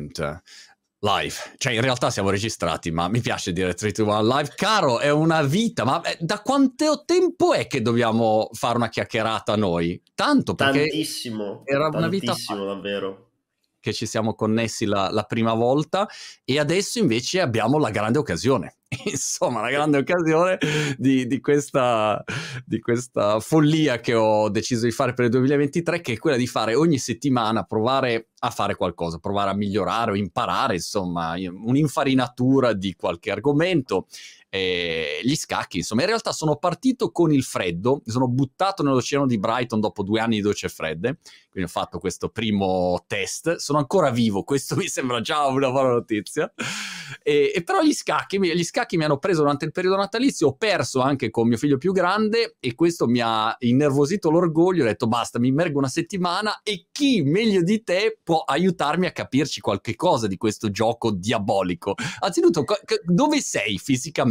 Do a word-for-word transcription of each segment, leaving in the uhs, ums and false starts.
one live, cioè in realtà siamo registrati, ma mi piace dire tre due uno live. Caro, è una vita, ma da quanto tempo è che dobbiamo fare una chiacchierata noi? Tanto, perché Tantissimo, era una vita fa tantissimo davvero. che ci siamo connessi la, la prima volta, e adesso invece abbiamo la grande occasione, insomma la grande occasione di, di, questa, di questa follia che ho deciso di fare per il duemilaventitré, che è quella di fare ogni settimana, provare a fare qualcosa, provare a migliorare o imparare, insomma, un'infarinatura di qualche argomento. Eh, gli scacchi, insomma, in realtà sono partito con il freddo, mi sono buttato nell'oceano di Brighton dopo due anni di docce fredde, quindi ho fatto questo primo test, sono ancora vivo, questo mi sembra già una buona notizia, e, e però gli scacchi, gli scacchi mi hanno preso durante il periodo natalizio, ho perso anche con mio figlio più grande e questo mi ha innervosito l'orgoglio, ho detto basta, mi immergo una settimana e chi meglio di te può aiutarmi a capirci qualche cosa di questo gioco diabolico. Anzitutto, dove sei fisicamente?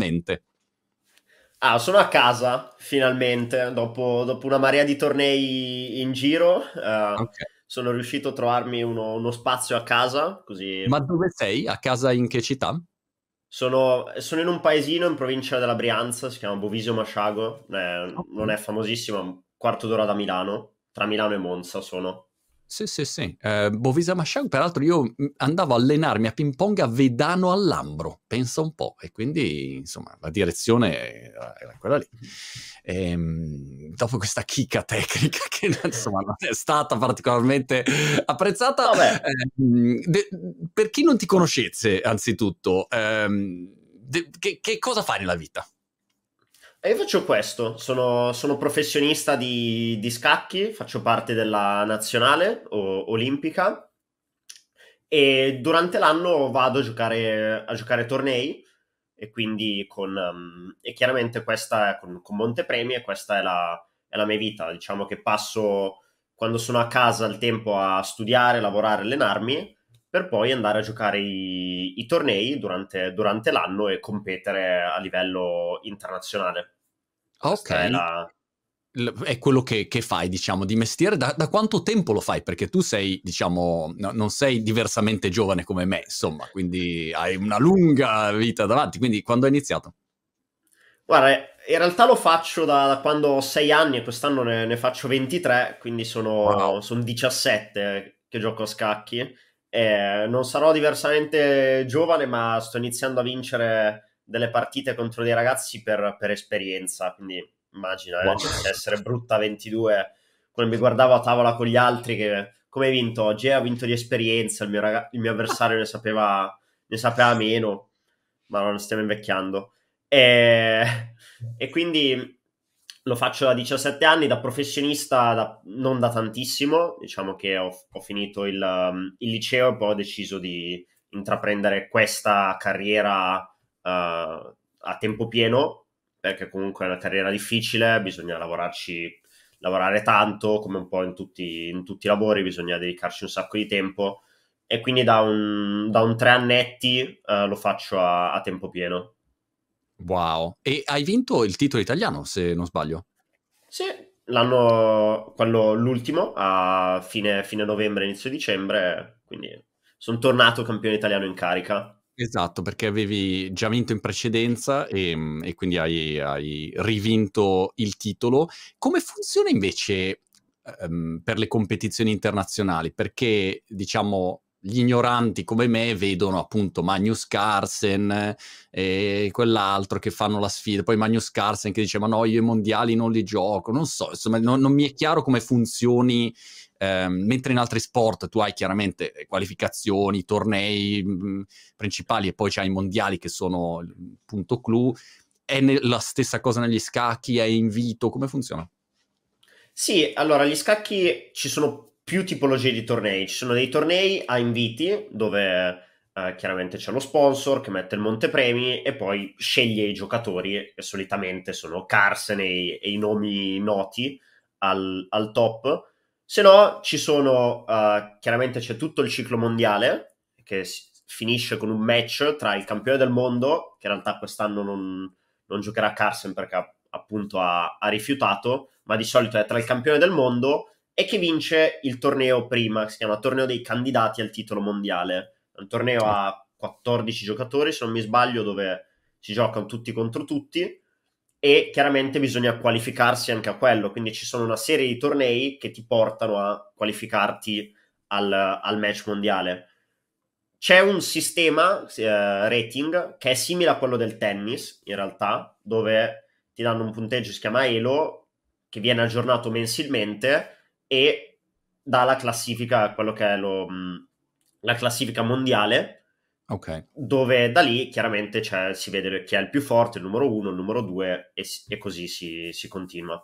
Ah, sono a casa, finalmente, dopo, dopo una marea di tornei in giro, uh, Okay. sono riuscito a trovarmi uno, uno spazio a casa, così... Ma dove sei? A casa in che città? Sono, sono in un paesino in provincia della Brianza, si chiama Bovisio Masciago, eh, non Okay. è famosissimo, un quarto d'ora da Milano, tra Milano e Monza sono. Sì, sì, sì. Eh, Bovisa Masciago, peraltro io andavo a allenarmi a ping pong a Vedano al Lambro, pensa un po', e quindi insomma la direzione era, era quella lì. E, dopo questa chicca tecnica che insomma non è stata particolarmente apprezzata, eh, de, per chi non ti conoscesse anzitutto, ehm, de, che, che cosa fai nella vita? E io faccio questo, sono, sono professionista di, di scacchi, faccio parte della nazionale o, olimpica e durante l'anno vado a giocare, a giocare tornei e quindi con um, e chiaramente questa è con, con montepremi e questa è la, è la mia vita. Diciamo che passo quando sono a casa il tempo a studiare, lavorare, allenarmi per poi andare a giocare i, i tornei durante, durante l'anno e competere a livello internazionale. Ok, Questa è la... è quello che, che fai, diciamo, di mestiere. Da, da quanto tempo lo fai? Perché tu sei, diciamo, no, non sei diversamente giovane come me, insomma, quindi hai una lunga vita davanti. Quindi quando hai iniziato? Guarda, in realtà lo faccio da, da quando ho sei anni e quest'anno ne, ne faccio ventitré, quindi Wow. sono, sono diciassette che gioco a scacchi. E non sarò diversamente giovane, ma sto iniziando a vincere delle partite contro dei ragazzi per, per esperienza, quindi immagina, Wow. eh, cioè, essere brutta a ventidue, come mi guardavo a tavola con gli altri, che come hai vinto oggi? Eh, ho vinto di esperienza, il mio, raga- il mio avversario ne sapeva, ne sapeva meno, ma non stiamo invecchiando. E, e quindi lo faccio da diciassette anni, da professionista da, non da tantissimo, diciamo che ho, ho finito il, um, il liceo e poi ho deciso di intraprendere questa carriera uh, a tempo pieno, perché comunque è una carriera difficile, bisogna lavorarci, lavorare tanto, come un po' in tutti, in tutti i lavori, bisogna dedicarci un sacco di tempo e quindi da un, da un tre annetti uh, lo faccio a, a tempo pieno. Wow. E hai vinto il titolo italiano, se non sbaglio? Sì, l'anno, quello, l'ultimo, a fine, fine novembre, inizio dicembre, quindi sono tornato campione italiano in carica. Esatto, perché avevi già vinto in precedenza e, e quindi hai, hai rivinto il titolo. Come funziona invece ehm, per le competizioni internazionali? Perché, diciamo, gli ignoranti come me vedono appunto Magnus Carlsen e quell'altro che fanno la sfida, poi Magnus Carlsen che dice ma no, io i mondiali non li gioco, non so, insomma, non, non mi è chiaro come funzioni. Eh, mentre in altri sport tu hai chiaramente qualificazioni, tornei mh, principali e poi c'hai i mondiali che sono il punto clou, è ne- la stessa cosa negli scacchi, è invito, come funziona? Sì, allora, gli scacchi ci sono più tipologie di tornei. Ci sono dei tornei a inviti, dove eh, chiaramente c'è lo sponsor che mette il montepremi e poi sceglie i giocatori, che solitamente sono Carsen e, i- e i nomi noti al, al top. Se no, ci sono, eh, chiaramente c'è tutto il ciclo mondiale, che si- finisce con un match tra il campione del mondo, che in realtà quest'anno non, non giocherà Carsen perché appunto ha ha rifiutato, ma di solito è tra il campione del mondo e che vince il torneo prima, che si chiama torneo dei candidati al titolo mondiale. È un torneo a quattordici giocatori, se non mi sbaglio, dove si giocano tutti contro tutti, e chiaramente bisogna qualificarsi anche a quello, quindi ci sono una serie di tornei che ti portano a qualificarti al, al match mondiale. C'è un sistema eh, rating che è simile a quello del tennis, in realtà, dove ti danno un punteggio che si chiama Elo, che viene aggiornato mensilmente e dà la classifica, quello che è lo, mh, la classifica mondiale, Ok. dove da lì chiaramente c'è, si vede chi è il più forte, il numero uno, il numero due, e, e così si, si continua.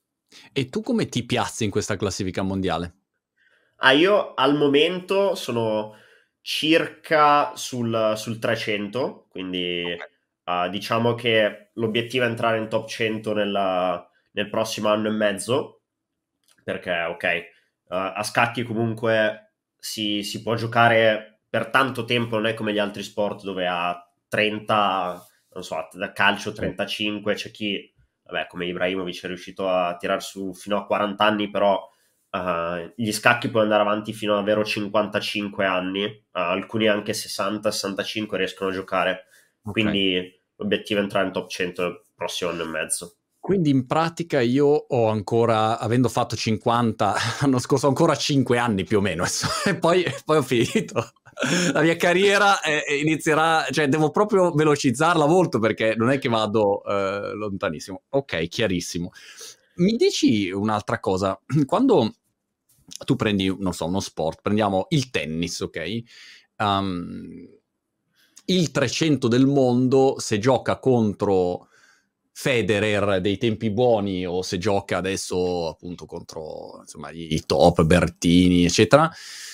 E tu come ti piazzi in questa classifica mondiale? Ah, io al momento sono circa sul, sul trecento, quindi Ok. uh, diciamo che l'obiettivo è entrare in top cento nella- nel prossimo anno e mezzo, perché ok, uh, a scacchi comunque si, si può giocare per tanto tempo, non è come gli altri sport dove a trenta, non so, da calcio Sì. trentacinque, c'è chi, vabbè, come Ibrahimovic è riuscito a tirar su fino a quaranta anni, però uh, gli scacchi puoi andare avanti fino a davvero cinquantacinque anni, uh, alcuni anche sessanta sessantacinque riescono a giocare, Ok. quindi l'obiettivo è entrare in top cento nel prossimo anno e mezzo. Quindi in pratica io ho ancora, avendo fatto cinquanta l'anno scorso, ho ancora cinque anni più o meno, e poi, poi ho finito. La mia carriera eh, inizierà, cioè devo proprio velocizzarla molto perché non è che vado eh, lontanissimo. Ok, chiarissimo. Mi dici un'altra cosa, quando tu prendi, non so, uno sport, prendiamo il tennis, ok? Um, il trecento del mondo, se gioca contro Federer dei tempi buoni o se gioca adesso appunto contro insomma, i top, Bertini, eccetera,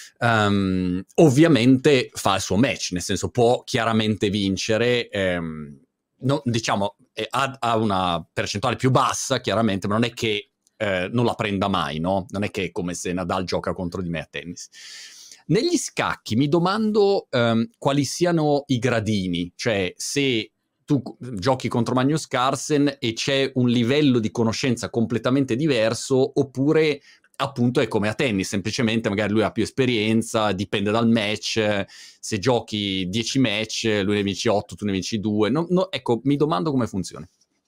um, ovviamente fa il suo match, nel senso può chiaramente vincere, ehm, no, diciamo eh, ha, ha una percentuale più bassa chiaramente, ma non è che eh, non la prenda mai, no? Non è che è come se Nadal gioca contro di me a tennis. Negli scacchi mi domando um, quali siano i gradini, cioè se tu giochi contro Magnus Carlsen e c'è un livello di conoscenza completamente diverso, oppure appunto è come a tennis, semplicemente magari lui ha più esperienza, dipende dal match, se giochi dieci match, lui ne vinci otto, tu ne vinci due, no, no, ecco, mi domando come funziona.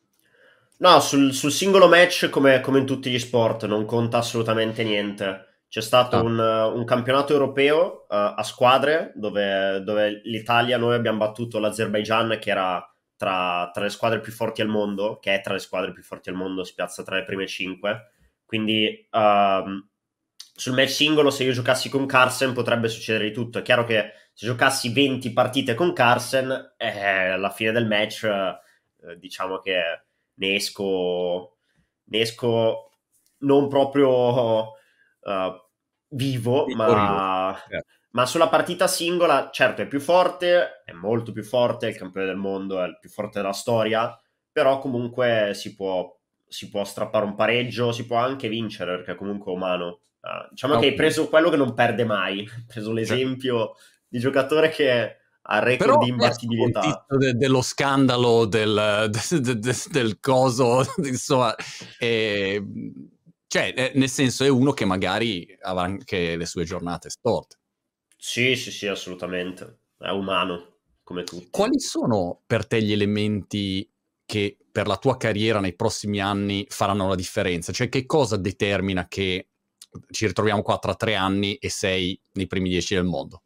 No, sul, sul singolo match, come, come in tutti gli sport, non conta assolutamente niente. C'è stato Ah, un, un campionato europeo uh, a squadre dove, dove l'Italia, noi abbiamo battuto l'Azerbaigian, che era tra, tra le squadre più forti al mondo, che è tra le squadre più forti al mondo, si piazza tra le prime cinque. Quindi um, sul match singolo, se io giocassi con Carlsen, potrebbe succedere di tutto. È chiaro che se giocassi venti partite con Carlsen, eh, alla fine del match, eh, diciamo che ne esco, ne esco non proprio uh, vivo, vittorioso. ma, Eh. ma sulla partita singola, certo è più forte, è molto più forte, è il campione del mondo, è il più forte della storia, però comunque si può, si può strappare un pareggio, si può anche vincere perché comunque è umano. Uh, diciamo che Ok. hai preso quello che non perde mai, hai preso Cioè, l'esempio di giocatore che ha il record però di adesso col imbattibilità. tizio de- dello scandalo del, de- de- de- del coso, insomma, eh, cioè, eh, nel senso è uno che magari avrà anche le sue giornate storte. Sì, sì, sì, assolutamente. È umano, come tutti. Quali sono per te gli elementi che per la tua carriera nei prossimi anni faranno la differenza? Cioè, che cosa determina che ci ritroviamo qua tra tre anni e sei nei primi dieci del mondo?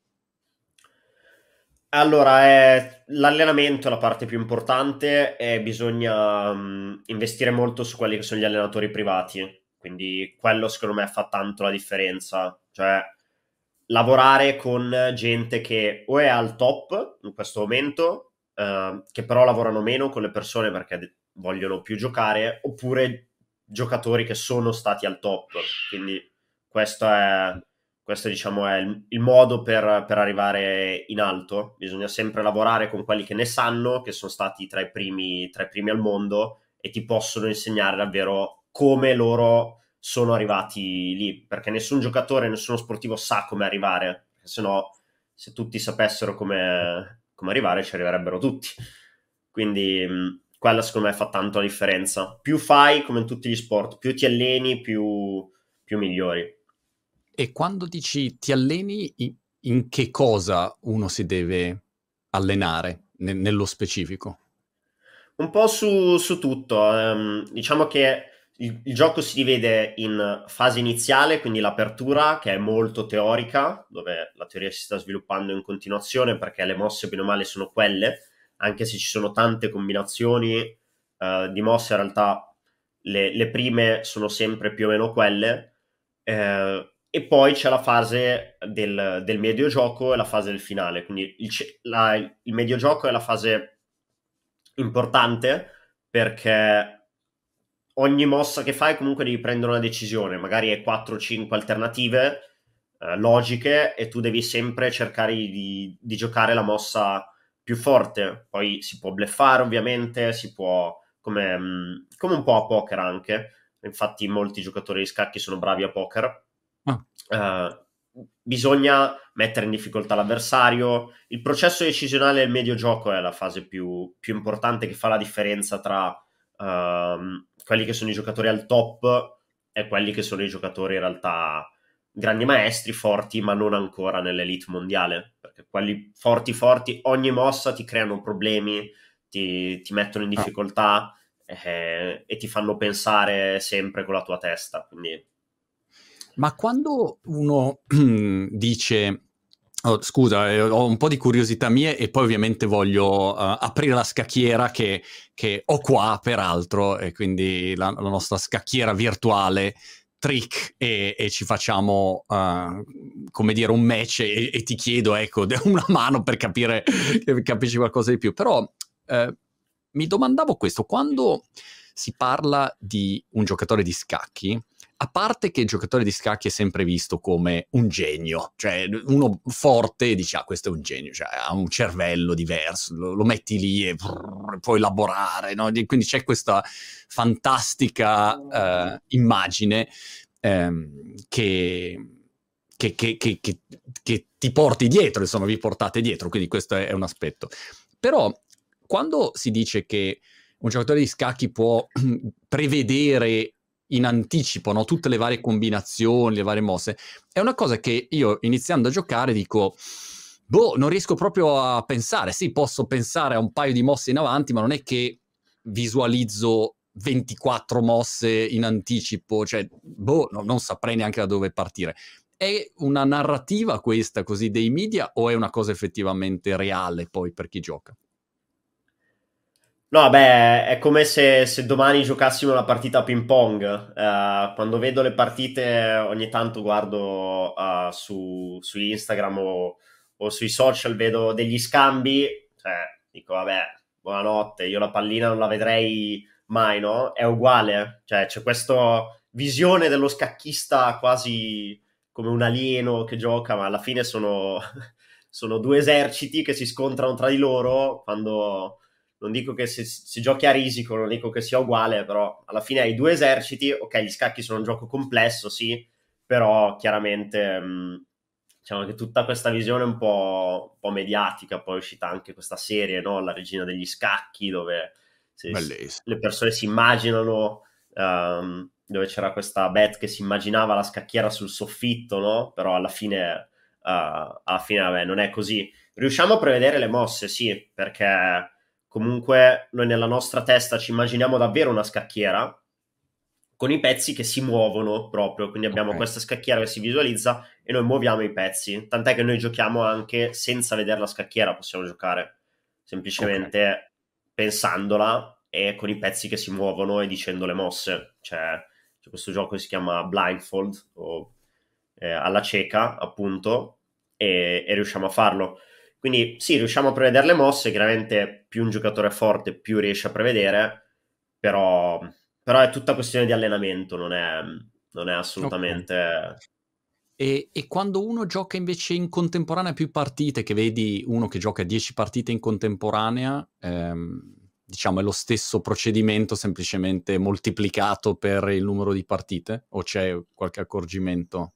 Allora, è l'allenamento è la parte più importante e bisogna mh, investire molto su quelli che sono gli allenatori privati. Quindi quello secondo me fa tanto la differenza. Cioè, lavorare con gente che o è al top in questo momento, eh, che però lavorano meno con le persone perché de- vogliono più giocare, oppure giocatori che sono stati al top. Quindi questo è, questo diciamo è il, il modo per, per arrivare in alto. Bisogna sempre lavorare con quelli che ne sanno, che sono stati tra i primi, tra i primi al mondo e ti possono insegnare davvero come loro sono arrivati lì, perché nessun giocatore, nessuno sportivo sa come arrivare, se no se tutti sapessero come, come arrivare ci arriverebbero tutti. Quindi mh, quella secondo me fa tanto la differenza. Più fai, come in tutti gli sport, più ti alleni, più, più migliori. E quando dici ti alleni, in che cosa uno si deve allenare ne- nello specifico? Un po' su, su tutto. Ehm, diciamo che il, il gioco si divide in fase iniziale, quindi l'apertura, che è molto teorica, dove la teoria si sta sviluppando in continuazione, perché le mosse bene o male sono quelle, anche se ci sono tante combinazioni eh, di mosse, in realtà le, le prime sono sempre più o meno quelle. Eh, e poi c'è la fase del, del mediogioco e la fase del finale. Quindi il, ce- la- il mediogioco è la fase importante, perché ogni mossa che fai comunque devi prendere una decisione, magari hai quattro o cinque alternative eh, logiche e tu devi sempre cercare di, di giocare la mossa più forte. Poi si può bluffare, ovviamente, si può, come, mh, come un po' a poker anche. Infatti molti giocatori di scacchi sono bravi a poker. Ah, Eh, bisogna mettere in difficoltà l'avversario. Il processo decisionale del mediogioco è la fase più, più importante, che fa la differenza tra ehm, quelli che sono i giocatori al top e quelli che sono i giocatori in realtà grandi maestri, forti, ma non ancora nell'elite mondiale, perché quelli forti forti, ogni mossa ti creano problemi, ti, ti mettono in ah. difficoltà eh, e ti fanno pensare sempre con la tua testa, quindi Ma quando uno dice, oh, scusa, eh, ho un po' di curiosità mie e poi ovviamente voglio uh, aprire la scacchiera che, che ho qua, peraltro, e quindi la, la nostra scacchiera virtuale, Trick, e, e ci facciamo, uh, come dire, un match e, e ti chiedo, ecco, una mano per capire, che capisci qualcosa di più. Però eh, mi domandavo questo, quando si parla di un giocatore di scacchi, a parte che il giocatore di scacchi è sempre visto come un genio, cioè uno forte dice ah questo è un genio, cioè ha un cervello diverso, lo, lo metti lì e brrr, puoi elaborare, no? Quindi c'è questa fantastica eh, immagine ehm, che, che, che, che, che, che ti porti dietro, insomma vi portate dietro, quindi questo è, è un aspetto. Però quando si dice che un giocatore di scacchi può prevedere in anticipo, no? Tutte le varie combinazioni, le varie mosse, è una cosa che io iniziando a giocare dico, boh, non riesco proprio a pensare. Sì, posso pensare a un paio di mosse in avanti, ma non è che visualizzo ventiquattro mosse in anticipo, cioè, boh, no, non saprei neanche da dove partire. È una narrativa questa così dei media o è una cosa effettivamente reale poi per chi gioca? no, beh, è come se, se domani giocassimo una partita a ping pong. Eh, quando vedo le partite, ogni tanto guardo eh, su, su Instagram o, o sui social, vedo degli scambi, cioè dico, vabbè, buonanotte, io la pallina non la vedrei mai, no? È uguale, cioè c'è questa visione dello scacchista quasi come un alieno che gioca, ma alla fine sono, sono due eserciti che si scontrano tra di loro quando non dico che se, se giochi a risico, non dico che sia uguale, però alla fine hai due eserciti, ok, gli scacchi sono un gioco complesso, sì, però chiaramente mh, diciamo che tutta questa visione un po', un po' mediatica, poi è uscita anche questa serie, no? La regina degli scacchi, dove se, le Bellissimo. persone si immaginano, um, dove c'era questa Beth che si immaginava la scacchiera sul soffitto, no? Però alla fine, uh, alla fine vabbè, non è così. Riusciamo a prevedere le mosse, sì, perché comunque noi nella nostra testa ci immaginiamo davvero una scacchiera con i pezzi che si muovono proprio, quindi abbiamo Ok, questa scacchiera che si visualizza e noi muoviamo i pezzi, tant'è che noi giochiamo anche senza vedere la scacchiera, possiamo giocare ok. semplicemente pensandola e con i pezzi che si muovono e dicendo le mosse. C'è, c'è questo gioco che si chiama Blindfold o eh, alla cieca, appunto, e, e riusciamo a farlo. Quindi sì, riusciamo a prevedere le mosse, chiaramente più un giocatore è forte, più riesce a prevedere, però, però è tutta questione di allenamento, non è, non è Ok. assolutamente... E, e quando uno gioca invece in contemporanea più partite, che vedi uno che gioca dieci partite in contemporanea, ehm, diciamo è lo stesso procedimento semplicemente moltiplicato per il numero di partite? O c'è qualche accorgimento?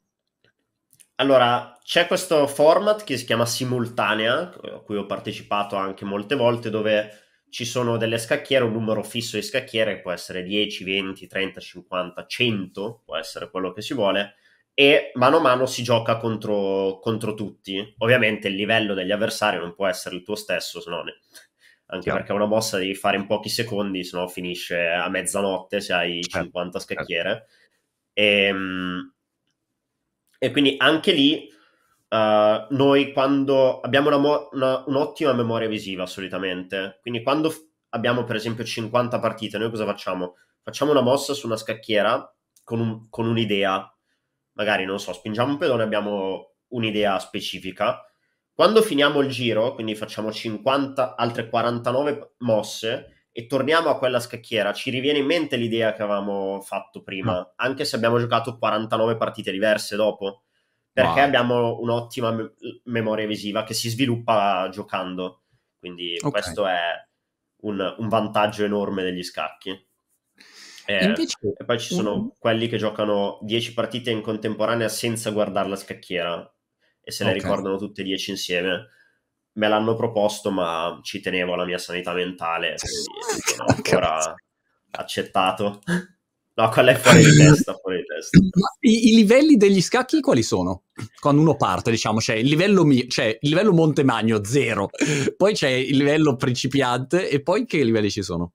Allora, c'è questo format che si chiama Simultanea, a cui ho partecipato anche molte volte, dove ci sono delle scacchiere, un numero fisso di scacchiere, che può essere dieci, venti, trenta, cinquanta, cento, può essere quello che si vuole, e mano a mano si gioca contro, contro tutti. Ovviamente il livello degli avversari non può essere il tuo stesso, se no ne... anche Chiaro. perché una mossa devi fare in pochi secondi, se no finisce a mezzanotte se hai Certo, cinquanta certo. scacchiere. E, e quindi anche lì uh, noi quando abbiamo una mo- una, un'ottima memoria visiva solitamente, quindi quando f- abbiamo per esempio cinquanta partite, noi cosa facciamo? Facciamo una mossa su una scacchiera con, un- con un'idea, magari non so, spingiamo un pedone, abbiamo un'idea specifica. Quando finiamo il giro, quindi facciamo cinquanta, altre quarantanove mosse e torniamo a quella scacchiera, ci riviene in mente l'idea che avevamo fatto prima, Ah, anche se abbiamo giocato quarantanove partite diverse dopo, perché wow. abbiamo un'ottima me- memoria visiva che si sviluppa giocando. Quindi Ok. questo è un, un vantaggio enorme degli scacchi. Eh, Invece, e poi ci un- sono quelli che giocano dieci partite in contemporanea senza guardare la scacchiera e se le ok. ricordano tutte e dieci insieme. Me l'hanno proposto, ma ci tenevo alla mia sanità mentale, quindi non ho Capisco. ancora accettato. No, quella è fuori di testa, fuori di testa. Ma i, i livelli degli scacchi quali sono? Quando uno parte, diciamo, c'è il livello mio, c'è il livello Montemagno, zero, poi c'è il livello principiante e poi che livelli ci sono?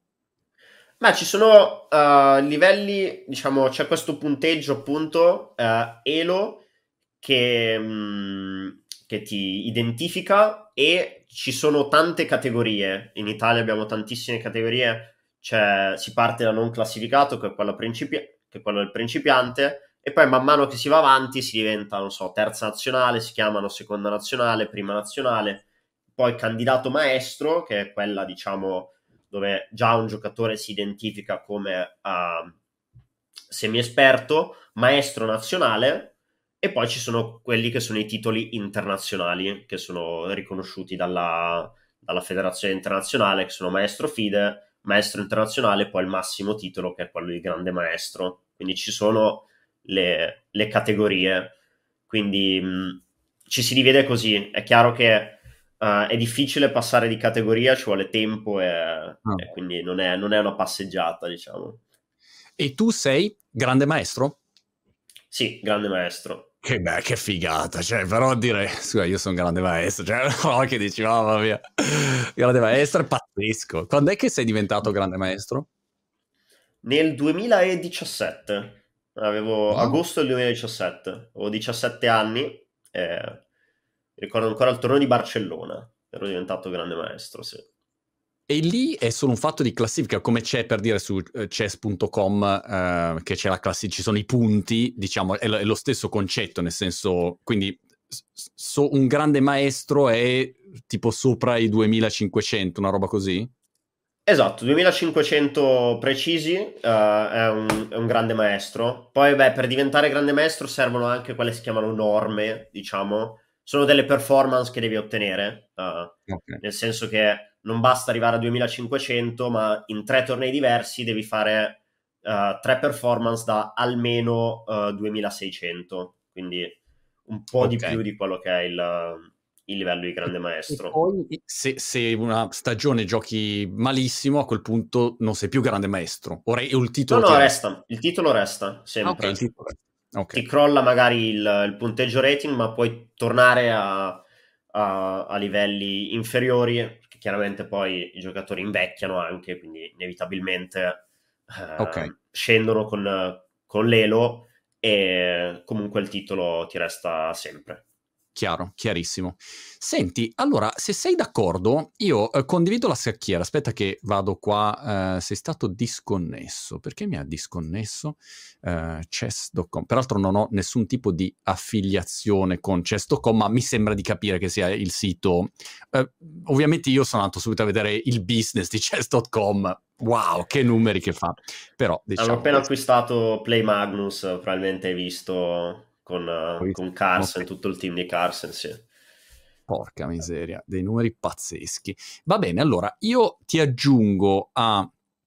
Ma ci sono uh, livelli, diciamo, c'è questo punteggio appunto uh, Elo che, mh, che ti identifica e ci sono tante categorie. In Italia abbiamo tantissime categorie, cioè, si parte da non classificato, che è quello, principi- che è quello del principiante, e poi man mano che si va avanti si diventa, non so, terza nazionale, si chiamano seconda nazionale, prima nazionale, poi candidato maestro, che è quella, diciamo, dove già un giocatore si identifica come uh, semi-esperto, maestro nazionale, e poi ci sono quelli che sono i titoli internazionali, che sono riconosciuti dalla, dalla federazione internazionale, che sono maestro FIDE, maestro internazionale, e poi il massimo titolo che è quello di grande maestro. Quindi ci sono le, le categorie, quindi mh, ci si divide così. È chiaro che Uh, è difficile passare di categoria, ci vuole tempo e, Ah. e quindi non è, non è una passeggiata, diciamo. E tu sei grande maestro? Sì, grande maestro. Che beh, che figata, cioè, però dire, scusa, io sono grande maestro, cioè, no, che dici, mamma mia, grande maestro è pazzesco. Quando è che sei diventato grande maestro? Nel duemiladiciassette, avevo Wow. agosto del duemiladiciassette, avevo diciassette anni e ricordo ancora il torneo di Barcellona, ero diventato grande maestro, sì. E lì è solo un fatto di classifica, come c'è per dire su eh, chess punto com, eh, che c'è la classifica, ci sono i punti, diciamo, è, lo- è lo stesso concetto, nel senso, quindi s- so- un grande maestro è tipo sopra i duemilacinquecento, una roba così? Esatto, duemilacinquecento precisi, uh, è, un, è un grande maestro. Poi, beh, per diventare grande maestro servono anche quelle che si chiamano norme, diciamo. Sono delle performance che devi ottenere, uh, Ok. nel senso che non basta arrivare a duemilacinquecento, ma in tre tornei diversi devi fare uh, tre performance da almeno uh, duemilaseicento, quindi un po' di Ok. più di quello che è il, il livello di E, grande e maestro. poi se, se una stagione giochi malissimo, a quel punto non sei più grande maestro, o re- il No, titolo ti no, resta. resta, il titolo resta Ah, ok, il sempre. titolo resta. Ok, Ti crolla magari il, il punteggio rating, ma puoi tornare a, a- a livelli inferiori, perché chiaramente poi i giocatori invecchiano anche, quindi inevitabilmente ok. eh, scendono con, con l'elo e comunque il titolo ti resta sempre. Chiaro, chiarissimo. Senti, allora, se sei d'accordo, io eh, condivido la scacchiera. Aspetta che vado qua. Eh, sei stato disconnesso. Perché mi ha disconnesso? Eh, chess punto com. Peraltro non ho nessun tipo di affiliazione con chess punto com, ma mi sembra di capire che sia il sito. Eh, ovviamente io sono andato subito a vedere il business di chess punto com. Wow, che numeri che fa. Però, Hanno diciamo appena questo. acquistato Play Magnus, probabilmente hai visto con, Ho eh, visto- con sono Carson, tutto il team di Carson, sì. Porca miseria, dei numeri pazzeschi. Va bene, allora io ti aggiungo a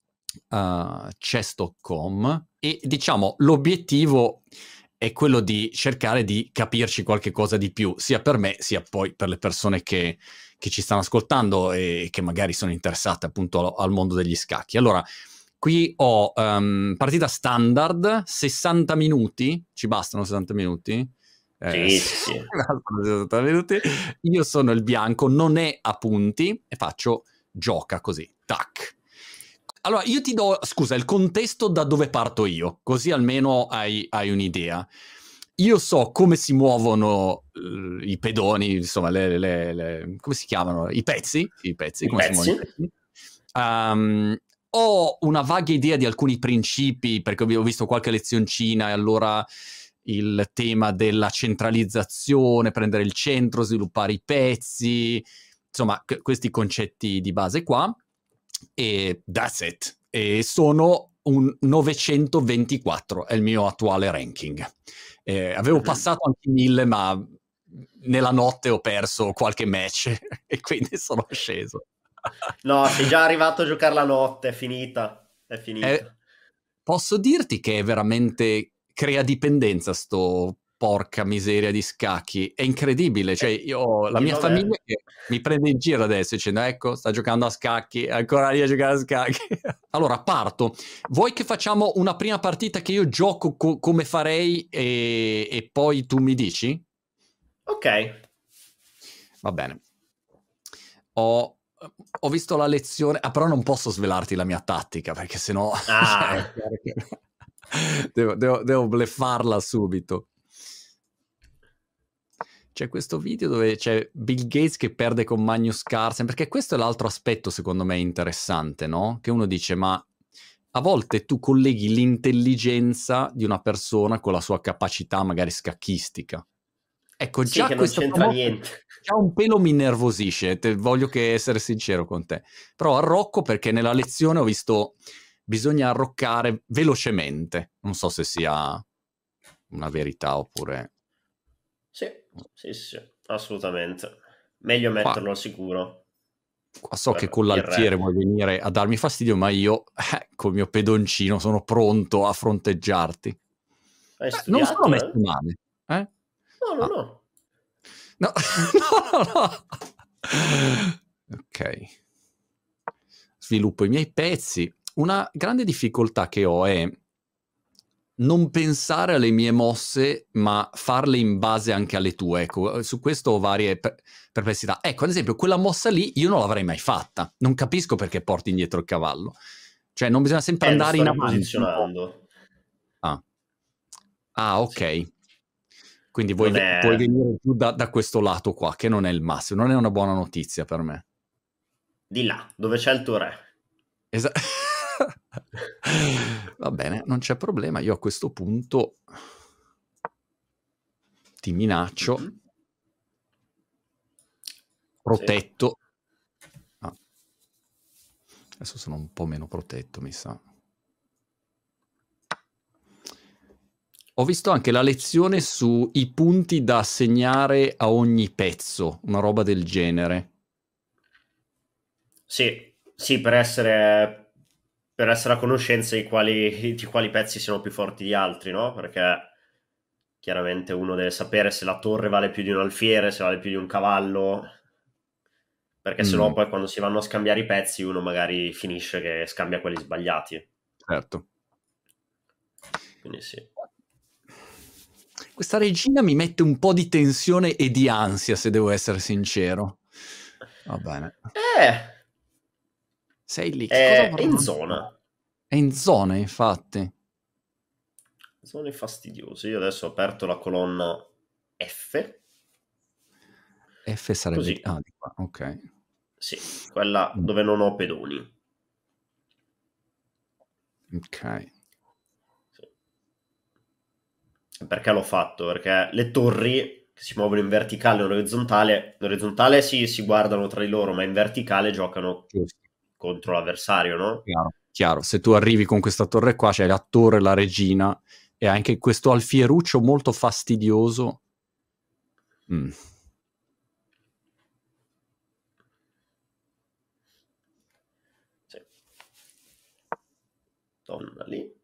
uh, chess punto com e diciamo l'obiettivo è quello di cercare di capirci qualche cosa di più, sia per me sia poi per le persone che, che ci stanno ascoltando e che magari sono interessate appunto al, al mondo degli scacchi. Allora, qui ho um, partita standard, sessanta minuti, ci bastano sessanta minuti? Eh, sì, sì, sì. sessanta minuti. Io sono il bianco, non è a punti, e faccio gioca così, tac. Allora, io ti do, scusa, il contesto da dove parto io, così almeno hai, hai un'idea. Io so come si muovono uh, i pedoni, insomma, le, le, le, come si chiamano? I pezzi? I pezzi, I come pezzi. si muovono i pezzi? Um, ho una vaga idea di alcuni principi, perché ho visto qualche lezioncina, e allora il tema della centralizzazione, prendere il centro, sviluppare i pezzi, insomma, c- questi concetti di base qua. E that's it. E sono un novecentoventiquattro, è il mio attuale ranking. Eh, avevo Mm-hmm. passato anche mille, ma nella notte ho perso qualche match e quindi sono sceso. No, sei già arrivato a giocare la notte, è finita, è finita. Eh, posso dirti che è veramente crea dipendenza sto porca miseria di scacchi, è incredibile, cioè io la mia famiglia che mi prende in giro adesso dicendo ecco sta giocando a scacchi, è ancora lì a giocare a scacchi. Allora parto, vuoi che facciamo una prima partita che io gioco co- come farei e-, e poi tu mi dici? Ok, va bene. Ho ho visto la lezione, ah, però non posso svelarti la mia tattica perché sennò ah. devo, devo, devo bleffarla subito. C'è questo video dove c'è Bill Gates che perde con Magnus Carlsen, perché questo è l'altro aspetto secondo me interessante, no? Che uno dice, ma a volte tu colleghi l'intelligenza di una persona con la sua capacità magari scacchistica. Ecco, Sì, già che non questa c'entra niente. già un pelo mi innervosisce, te, voglio che essere sincero con te. Però arrocco perché nella lezione ho visto bisogna arroccare velocemente. Non so se sia una verità oppure... Sì, sì, sì, assolutamente. Meglio metterlo al sicuro. Qua so che con l'alfiere vuoi venire a darmi fastidio, ma io eh, col mio pedoncino sono pronto a fronteggiarti. Hai Eh, studiato, non sono messo eh? male. Eh? No, no, Ah. no. No, no, no, no. Ok. Sviluppo i miei pezzi. Una grande difficoltà che ho è non pensare alle mie mosse, ma farle in base anche alle tue. Ecco, su questo ho varie per- perplessità. Ecco, ad esempio, quella mossa lì io non l'avrei mai fatta. Non capisco perché porti indietro il cavallo. Cioè, non bisogna sempre Eh, lo andare sto in avanti. No? riposizionando. Ah. ah, ok. Sì. Quindi vuoi, Non è... puoi venire giù da, da questo lato qua, che non è il massimo. Non è una buona notizia per me. Di là, dove c'è il tuo re. Esatto. Va bene, non c'è problema. Io a questo punto ti minaccio. Mm-hmm. Protetto. Sì. Ah. Adesso sono un po' meno protetto, mi sa. Ho visto anche la lezione sui punti da assegnare a ogni pezzo, una roba del genere. Sì, sì, per essere, per essere a conoscenza di quali, di quali pezzi siano più forti di altri, no? Perché chiaramente uno deve sapere se la torre vale più di un alfiere, se vale più di un cavallo, perché mm. sennò poi quando si vanno a scambiare i pezzi uno magari finisce che scambia quelli sbagliati. Certo. Quindi sì. Questa regina mi mette un po' di tensione e di ansia, se devo essere sincero. Va bene. Eh... Sei lì. Che È, cosa è in zona. È in zona, infatti. Zone fastidiose. Io adesso ho aperto la colonna F. F sarebbe... Così. Ah, di qua, ok. Sì, quella mm. dove non ho pedoni. Ok. Sì. Perché l'ho fatto? Perché le torri che si muovono in verticale o in orizzontale, in orizzontale si, si guardano tra di loro, ma in verticale giocano Giusto. Contro l'avversario, no? Chiaro, chiaro. Se tu arrivi con questa torre qua, c'è la torre, la regina, e anche questo alfieruccio molto fastidioso. Mm. Sì. Donna lì.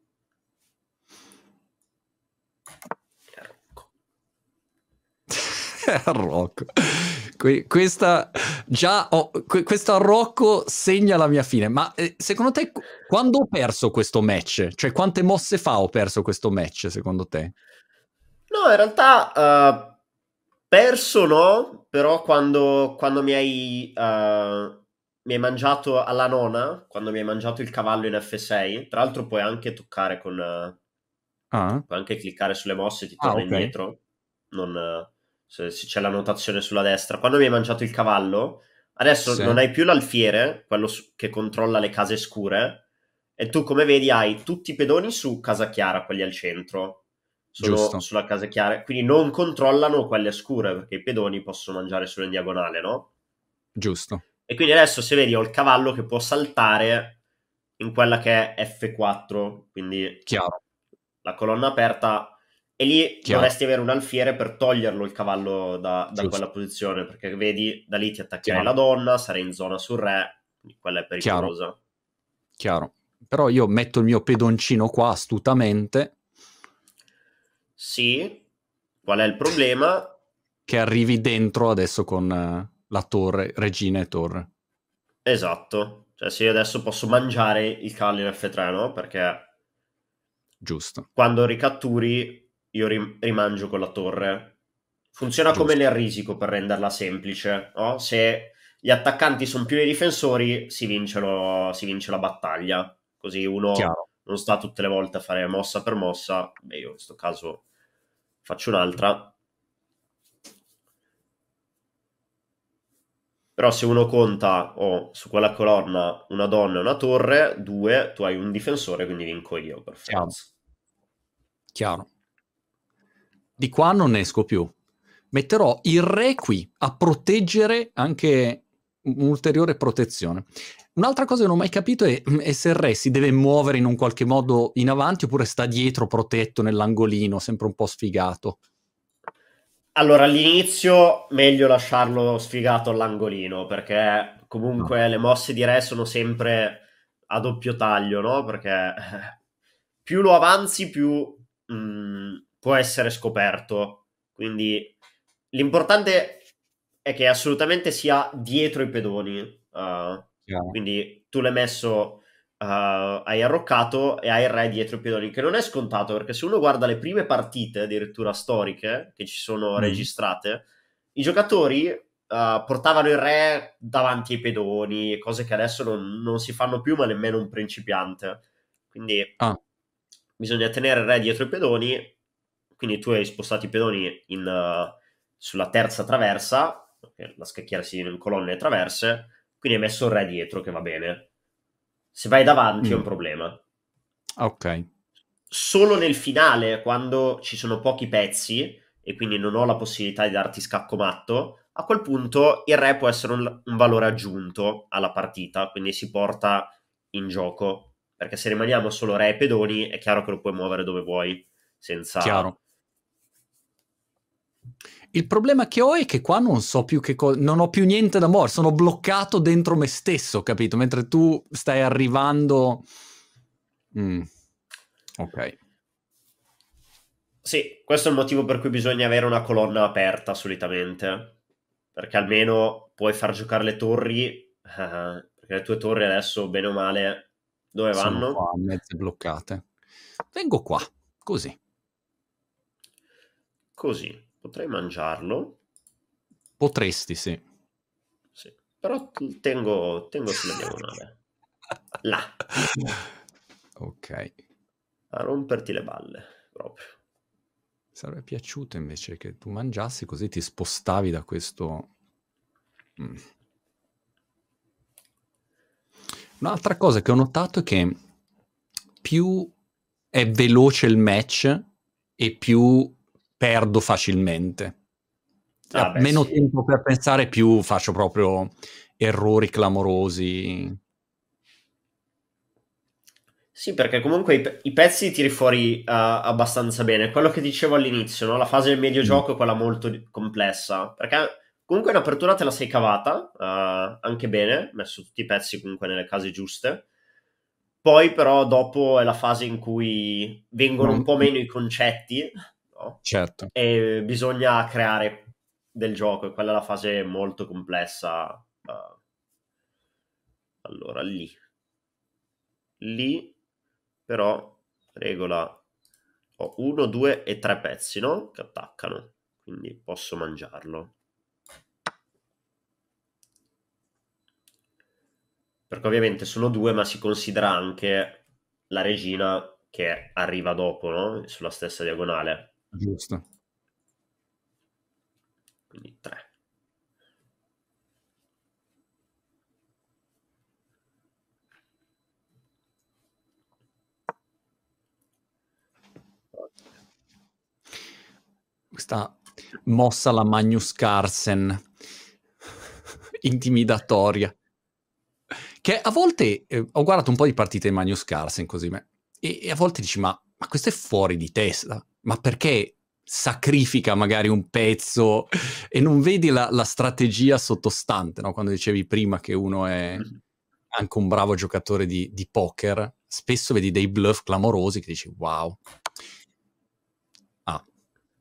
Rocco. Que- questa già ho, que- questo arrocco segna la mia fine. Ma eh, secondo te qu- quando ho perso questo match? Cioè quante mosse fa ho perso questo match secondo te? No, in realtà eh, perso no, però quando, quando mi hai, eh, mi hai mangiato alla nona, quando mi hai mangiato il cavallo in F sei, tra l'altro puoi anche toccare con, eh, Ah, puoi anche cliccare sulle mosse e ti ah torna ok. indietro, non, eh, se, se c'è la notazione sulla destra. Quando mi hai mangiato il cavallo, adesso Sì, non hai più l'alfiere, quello su- che controlla le case scure, e tu come vedi hai tutti i pedoni su casa chiara, quelli al centro, sono giusto, sulla casa chiara, quindi non controllano quelle scure, perché i pedoni possono mangiare solo in diagonale, no? giusto. E quindi adesso se vedi ho il cavallo che può saltare in quella che è F quattro, quindi Chiaro, la colonna aperta, e lì chiaro, dovresti avere un alfiere per toglierlo il cavallo da, da giusto, quella posizione, perché vedi, da lì ti attaccherai la chiaro, donna, sarei in zona sul re, quindi quella è chiaro, pericolosa. chiaro. Però io metto il mio pedoncino qua astutamente Sì, qual è il problema? che arrivi dentro adesso con eh, la torre, regina e torre. Esatto, cioè se io adesso posso mangiare il cavallo in F tre, no? Perché Giusto, quando ricatturi io rim- rimangio con la torre. Funziona come giusto, nel risico per renderla semplice, no? Se gli attaccanti sono più dei difensori, si vince, lo- si vince la battaglia. Così uno chiaro. non sta tutte le volte a fare mossa per mossa. Beh, io in questo caso faccio un'altra. Però se uno conta oh, su quella colonna una donna e una torre, due, tu hai un difensore, quindi vinco io per Chiaro, forza. chiaro. Di qua non ne esco più. Metterò il re qui a proteggere anche un'ulteriore protezione. Un'altra cosa che non ho mai capito è, è se il re si deve muovere in un qualche modo in avanti oppure sta dietro protetto nell'angolino, sempre un po' sfigato. Allora, all'inizio meglio lasciarlo sfigato all'angolino, perché No. comunque le mosse di re sono sempre a doppio taglio, no? Perché eh, più lo avanzi, più mh, può essere scoperto. Quindi l'importante è che assolutamente sia dietro i pedoni. Uh, Chiaro. quindi tu l'hai messo, uh, hai arroccato e hai il re dietro i pedoni, che non è scontato, perché se uno guarda le prime partite, addirittura storiche, che ci sono Mm. registrate, i giocatori uh, portavano il re davanti ai pedoni, cose che adesso non, non si fanno più, ma nemmeno un principiante. Quindi Ah, bisogna tenere il re dietro i pedoni, quindi tu hai spostato i pedoni in, uh, sulla terza traversa, perché la scacchiera si divide in colonne e traverse, quindi hai messo il re dietro, che va bene. Se vai davanti è un mm. problema. Ok, Solo nel finale, quando ci sono pochi pezzi e quindi non ho la possibilità di darti scacco matto, a quel punto il re può essere un, un valore aggiunto alla partita, quindi si porta in gioco. Perché se rimaniamo solo re e pedoni, è chiaro che lo puoi muovere dove vuoi, senza... chiaro. Il problema che ho è che qua non so più che cosa, non ho più niente da muovere, sono bloccato dentro me stesso, capito? Mentre tu stai arrivando. Mm, ok, Sì, questo è il motivo per cui bisogna avere una colonna aperta solitamente, perché almeno puoi far giocare le torri, eh, perché le tue torri adesso, bene o male, dove sono vanno? qua mezze bloccate. Vengo qua, così. Così, potrei mangiarlo, Potresti, sì. sì. Però tengo, tengo sulla diagonale, là, Ok. a romperti le balle, proprio. Sarebbe piaciuto invece che tu mangiassi così ti spostavi da questo. Mm. Un'altra cosa che ho notato è che più è veloce il match e più perdo facilmente. Ah Ha beh meno sì, tempo per pensare, più faccio proprio errori clamorosi. sì, perché comunque i, pe- i pezzi tiri fuori uh, abbastanza bene. Quello che dicevo all'inizio, no? La fase del medio Mm. gioco è quella molto di- complessa. Perché comunque in apertura te la sei cavata uh, anche bene, messo tutti i pezzi comunque nelle case giuste. Poi però dopo è la fase in cui vengono un Non- po' meno i concetti, no? certo, E bisogna creare del gioco, e quella è la fase molto complessa. Uh, allora, lì. Lì, però, regola... Ho uno, due e tre pezzi, no? Che attaccano. Quindi posso mangiarlo. Perché ovviamente sono due, ma si considera anche la regina che arriva dopo, no? Sulla stessa diagonale. Giusto. Quindi tre. Questa mossa alla Magnus Carlsen intimidatoria, che a volte eh, ho guardato un po' di partite di Magnus Carlsen così me, e, e a volte dici ma, ma questo è fuori di testa, ma perché sacrifica magari un pezzo e non vedi la, la strategia sottostante, no? Quando dicevi prima che uno è anche un bravo giocatore di, di poker, spesso vedi dei bluff clamorosi che dici wow. Ah.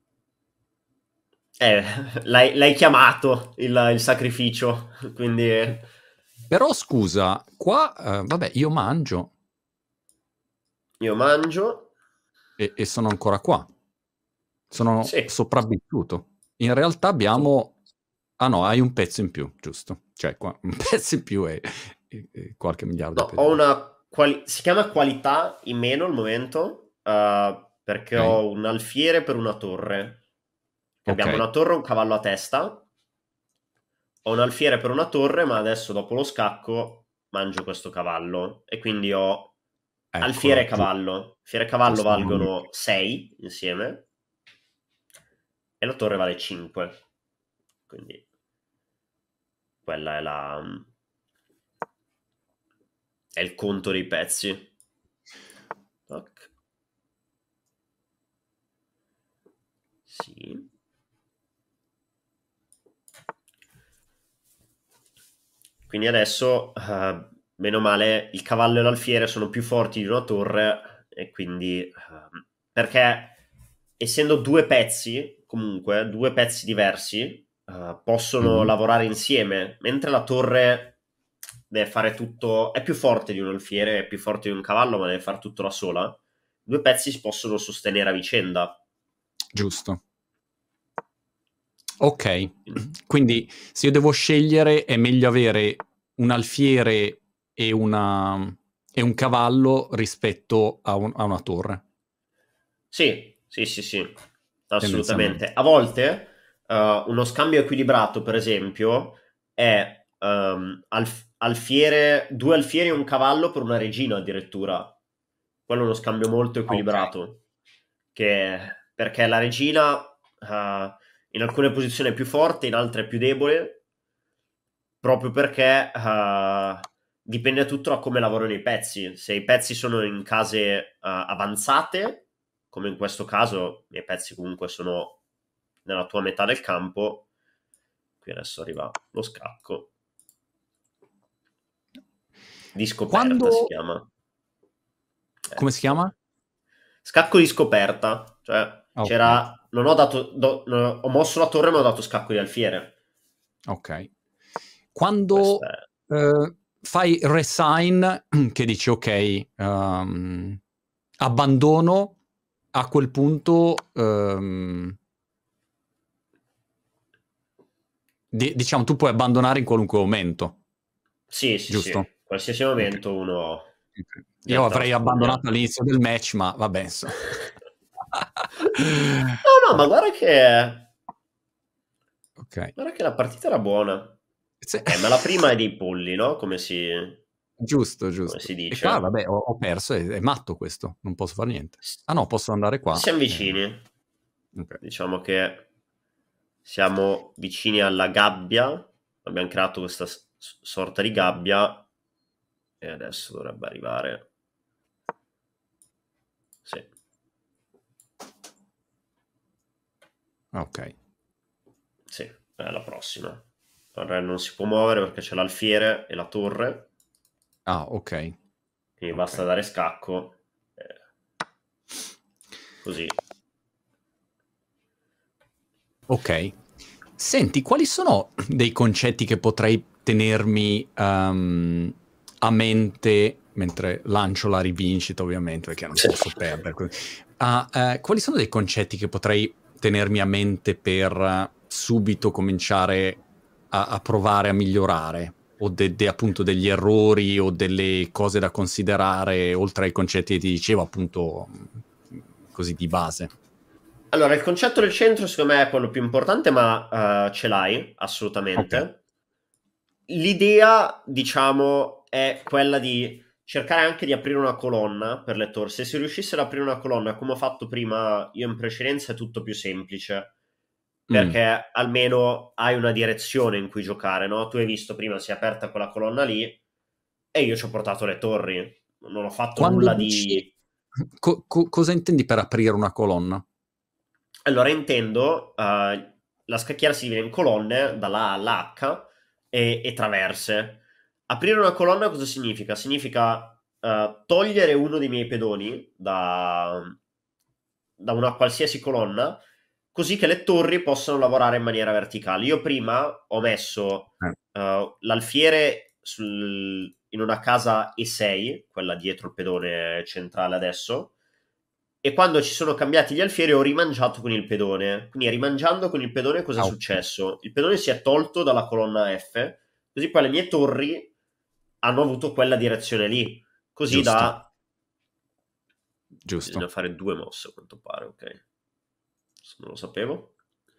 Eh, l'hai, l'hai chiamato il, il sacrificio, quindi... Però scusa, qua, eh, vabbè, io mangio. Io mangio. E, e sono ancora qua. Sono Sì. sopravvissuto. In realtà abbiamo... Ah no, hai un pezzo in più, giusto. Cioè, qua, un pezzo in più e, e, e qualche miliardo No, più. ho una... Quali... Si chiama qualità in meno al momento, uh, perché Okay. ho un alfiere per una torre. Abbiamo Ok. una torre e un cavallo a testa. Ho un alfiere per una torre, ma adesso dopo lo scacco mangio questo cavallo. E quindi ho alfiere Eccolo, e giù. cavallo. Alfiere e cavallo Giusto. valgono sei insieme. E la torre vale cinque. Quindi quella è la... è il conto dei pezzi. Tac. Sì. Quindi adesso, uh, meno o male, il cavallo e l'alfiere sono più forti di una torre, e quindi... Uh, perché essendo due pezzi, comunque, due pezzi diversi, uh, possono Mm-hmm. lavorare insieme, mentre la torre deve fare tutto... È più forte di un alfiere, è più forte di un cavallo, ma deve fare tutto da sola. Due pezzi si possono sostenere a vicenda. Giusto. Ok, quindi se io devo scegliere è meglio avere un alfiere e, una, e un cavallo rispetto a, un, a una torre. Sì, sì, sì, sì, Tendenzialmente. assolutamente. A volte uh, uno scambio equilibrato, per esempio, è um, alf- alfiere, due alfieri e un cavallo per una regina addirittura. Quello è uno scambio molto equilibrato, che, perché la regina uh, in alcune posizioni è più forte, in altre è più debole, proprio perché uh, dipende tutto da come lavorano i pezzi. Se i pezzi sono in case uh, avanzate, come in questo caso, i miei pezzi comunque sono nella tua metà del campo. Qui adesso arriva lo scacco. Di scoperta Quando... si chiama. Come si chiama? Scacco di scoperta. Cioè, Ok. c'era... Non ho dato... Do, no, ho mosso la torre, ma ho dato scacco di alfiere. Ok. Questa Quando è... eh, fai resign, che dici ok, um, abbandono, a quel punto um, di- diciamo tu puoi abbandonare in qualunque momento. Sì, sì, sì. Giusto? Qualsiasi Ok. momento uno Ok. Io getta la avrei spugna. abbandonato all'inizio del match, ma vabbè, insomma. No, no, ma guarda che... Ok. Guarda che la partita era buona. Se- Ok, ma la prima è dei polli, no? Come si, Giusto, come giusto. si E qua, dice. vabbè, ho, ho perso, è, è matto questo, non posso fare niente. Ah no, posso andare qua. Siamo Eh, vicini. ok. Diciamo che siamo vicini alla gabbia. Abbiamo creato questa s- sorta di gabbia. E adesso dovrebbe arrivare. Sì. Ok. Sì, è la prossima. Il re non si può muovere perché c'è l'alfiere e la torre. Ah, ok. Quindi basta Ok. dare scacco. Eh, così. Ok. Senti, quali sono dei concetti che potrei tenermi um, a mente mentre lancio la rivincita, ovviamente, perché non Sì. posso perdere. Uh, uh, quali sono dei concetti che potrei tenermi a mente per uh, subito cominciare a, a provare a migliorare? O de, de, appunto degli errori o delle cose da considerare, oltre ai concetti che ti dicevo, appunto, così di base? Allora, il concetto del centro secondo me è quello più importante, ma uh, ce l'hai, assolutamente. Ok. L'idea, diciamo, è quella di cercare anche di aprire una colonna per le torri. Se si riuscisse ad aprire una colonna, come ho fatto prima io in precedenza, è tutto più semplice, Mm. perché almeno hai una direzione in cui giocare, no? Tu hai visto prima si è aperta quella colonna lì e io ci ho portato le torri. Non ho fatto Quando nulla dici... di... Co- co- cosa intendi per aprire una colonna? Allora intendo, uh, la scacchiera si divide in colonne, dalla A alla H, e, e traverse. Aprire una colonna cosa significa? Significa uh, togliere uno dei miei pedoni da, da una qualsiasi colonna, così che le torri possano lavorare in maniera verticale. Io prima ho messo Eh. uh, l'alfiere sul, in una casa E sei, quella dietro il pedone centrale adesso, e quando ci sono cambiati gli alfieri ho rimangiato con il pedone. Quindi rimangiando con il pedone cosa è Ah, ok. successo? Il pedone si è tolto dalla colonna F, così poi le mie torri hanno avuto quella direzione lì, così Giusto, da... Bisogna giusto. fare due mosse a quanto pare, ok. Non lo sapevo.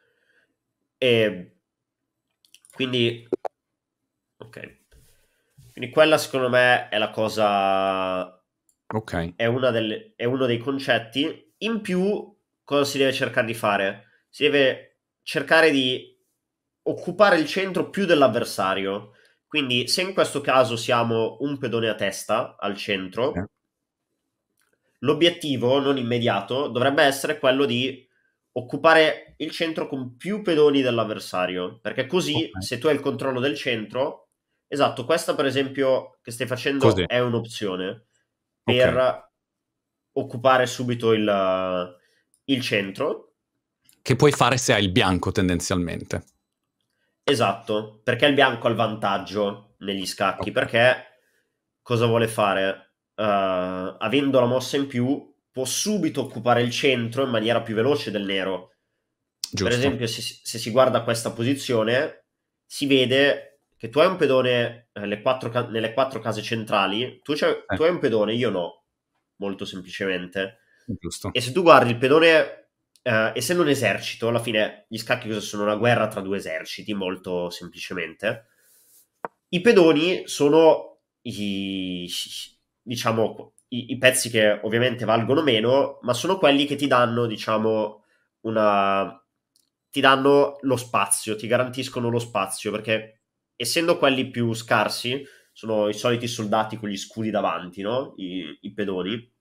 E quindi... Ok. Quindi quella secondo me è la cosa... Ok. È, una delle, è uno dei concetti. In più, cosa si deve cercare di fare? Si deve cercare di occupare il centro più dell'avversario. Quindi, se in questo caso siamo un pedone a testa al Sì. centro, l'obiettivo non immediato dovrebbe essere quello di occupare il centro con più pedoni dell'avversario. Perché così, Ok. se tu hai il controllo del centro, esatto, questa per esempio che stai facendo Così. è un'opzione Ok. per occupare subito il, il centro. Che puoi fare se hai il bianco tendenzialmente. Esatto, perché il bianco ha il vantaggio negli scacchi, Ok. perché cosa vuole fare? Uh, avendo la mossa in più, può subito occupare il centro in maniera più veloce del nero. Per Giusto. esempio, se, se si guarda questa posizione, si vede che tu hai un pedone eh, le quattro ca- nelle quattro case centrali, tu, Eh, tu hai un pedone, io no, molto semplicemente. giusto. E se tu guardi il pedone, eh, essendo un esercito, alla fine gli scacchi cosa sono? Una guerra tra due eserciti, molto semplicemente. I pedoni sono i, diciamo, i, i pezzi che ovviamente valgono meno, ma sono quelli che ti danno, diciamo, una... ti danno lo spazio, ti garantiscono lo spazio, perché essendo quelli più scarsi, sono i soliti soldati con gli scudi davanti, no? I, i pedoni.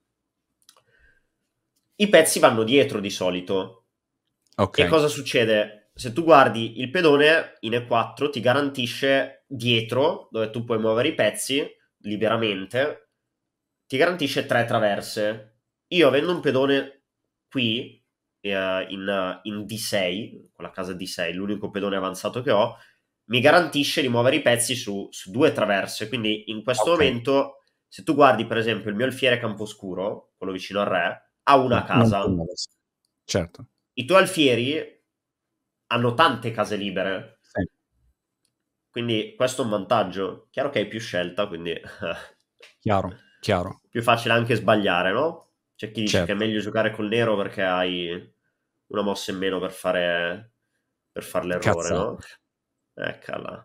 I pezzi vanno dietro di solito. Ok. E cosa succede? Se tu guardi il pedone in E quattro ti garantisce dietro, dove tu puoi muovere i pezzi liberamente, ti garantisce tre traverse. Io avendo un pedone qui, eh, in, in D sei, con la casa D sei, l'unico pedone avanzato che ho, mi garantisce di muovere i pezzi su, su due traverse. Quindi in questo Ok. momento, se tu guardi per esempio il mio alfiere Camposcuro, quello vicino al re, ha una Eh, non puoi casa. muoversi. Certo. I tuoi alfieri hanno tante case libere, Sì. quindi questo è un vantaggio. Chiaro che hai più scelta, quindi Chiaro, chiaro. più facile anche sbagliare, no? C'è chi dice che è Certo. meglio giocare col nero perché hai una mossa in meno per fare, per fare l'errore, no? Cazzate. Eccola.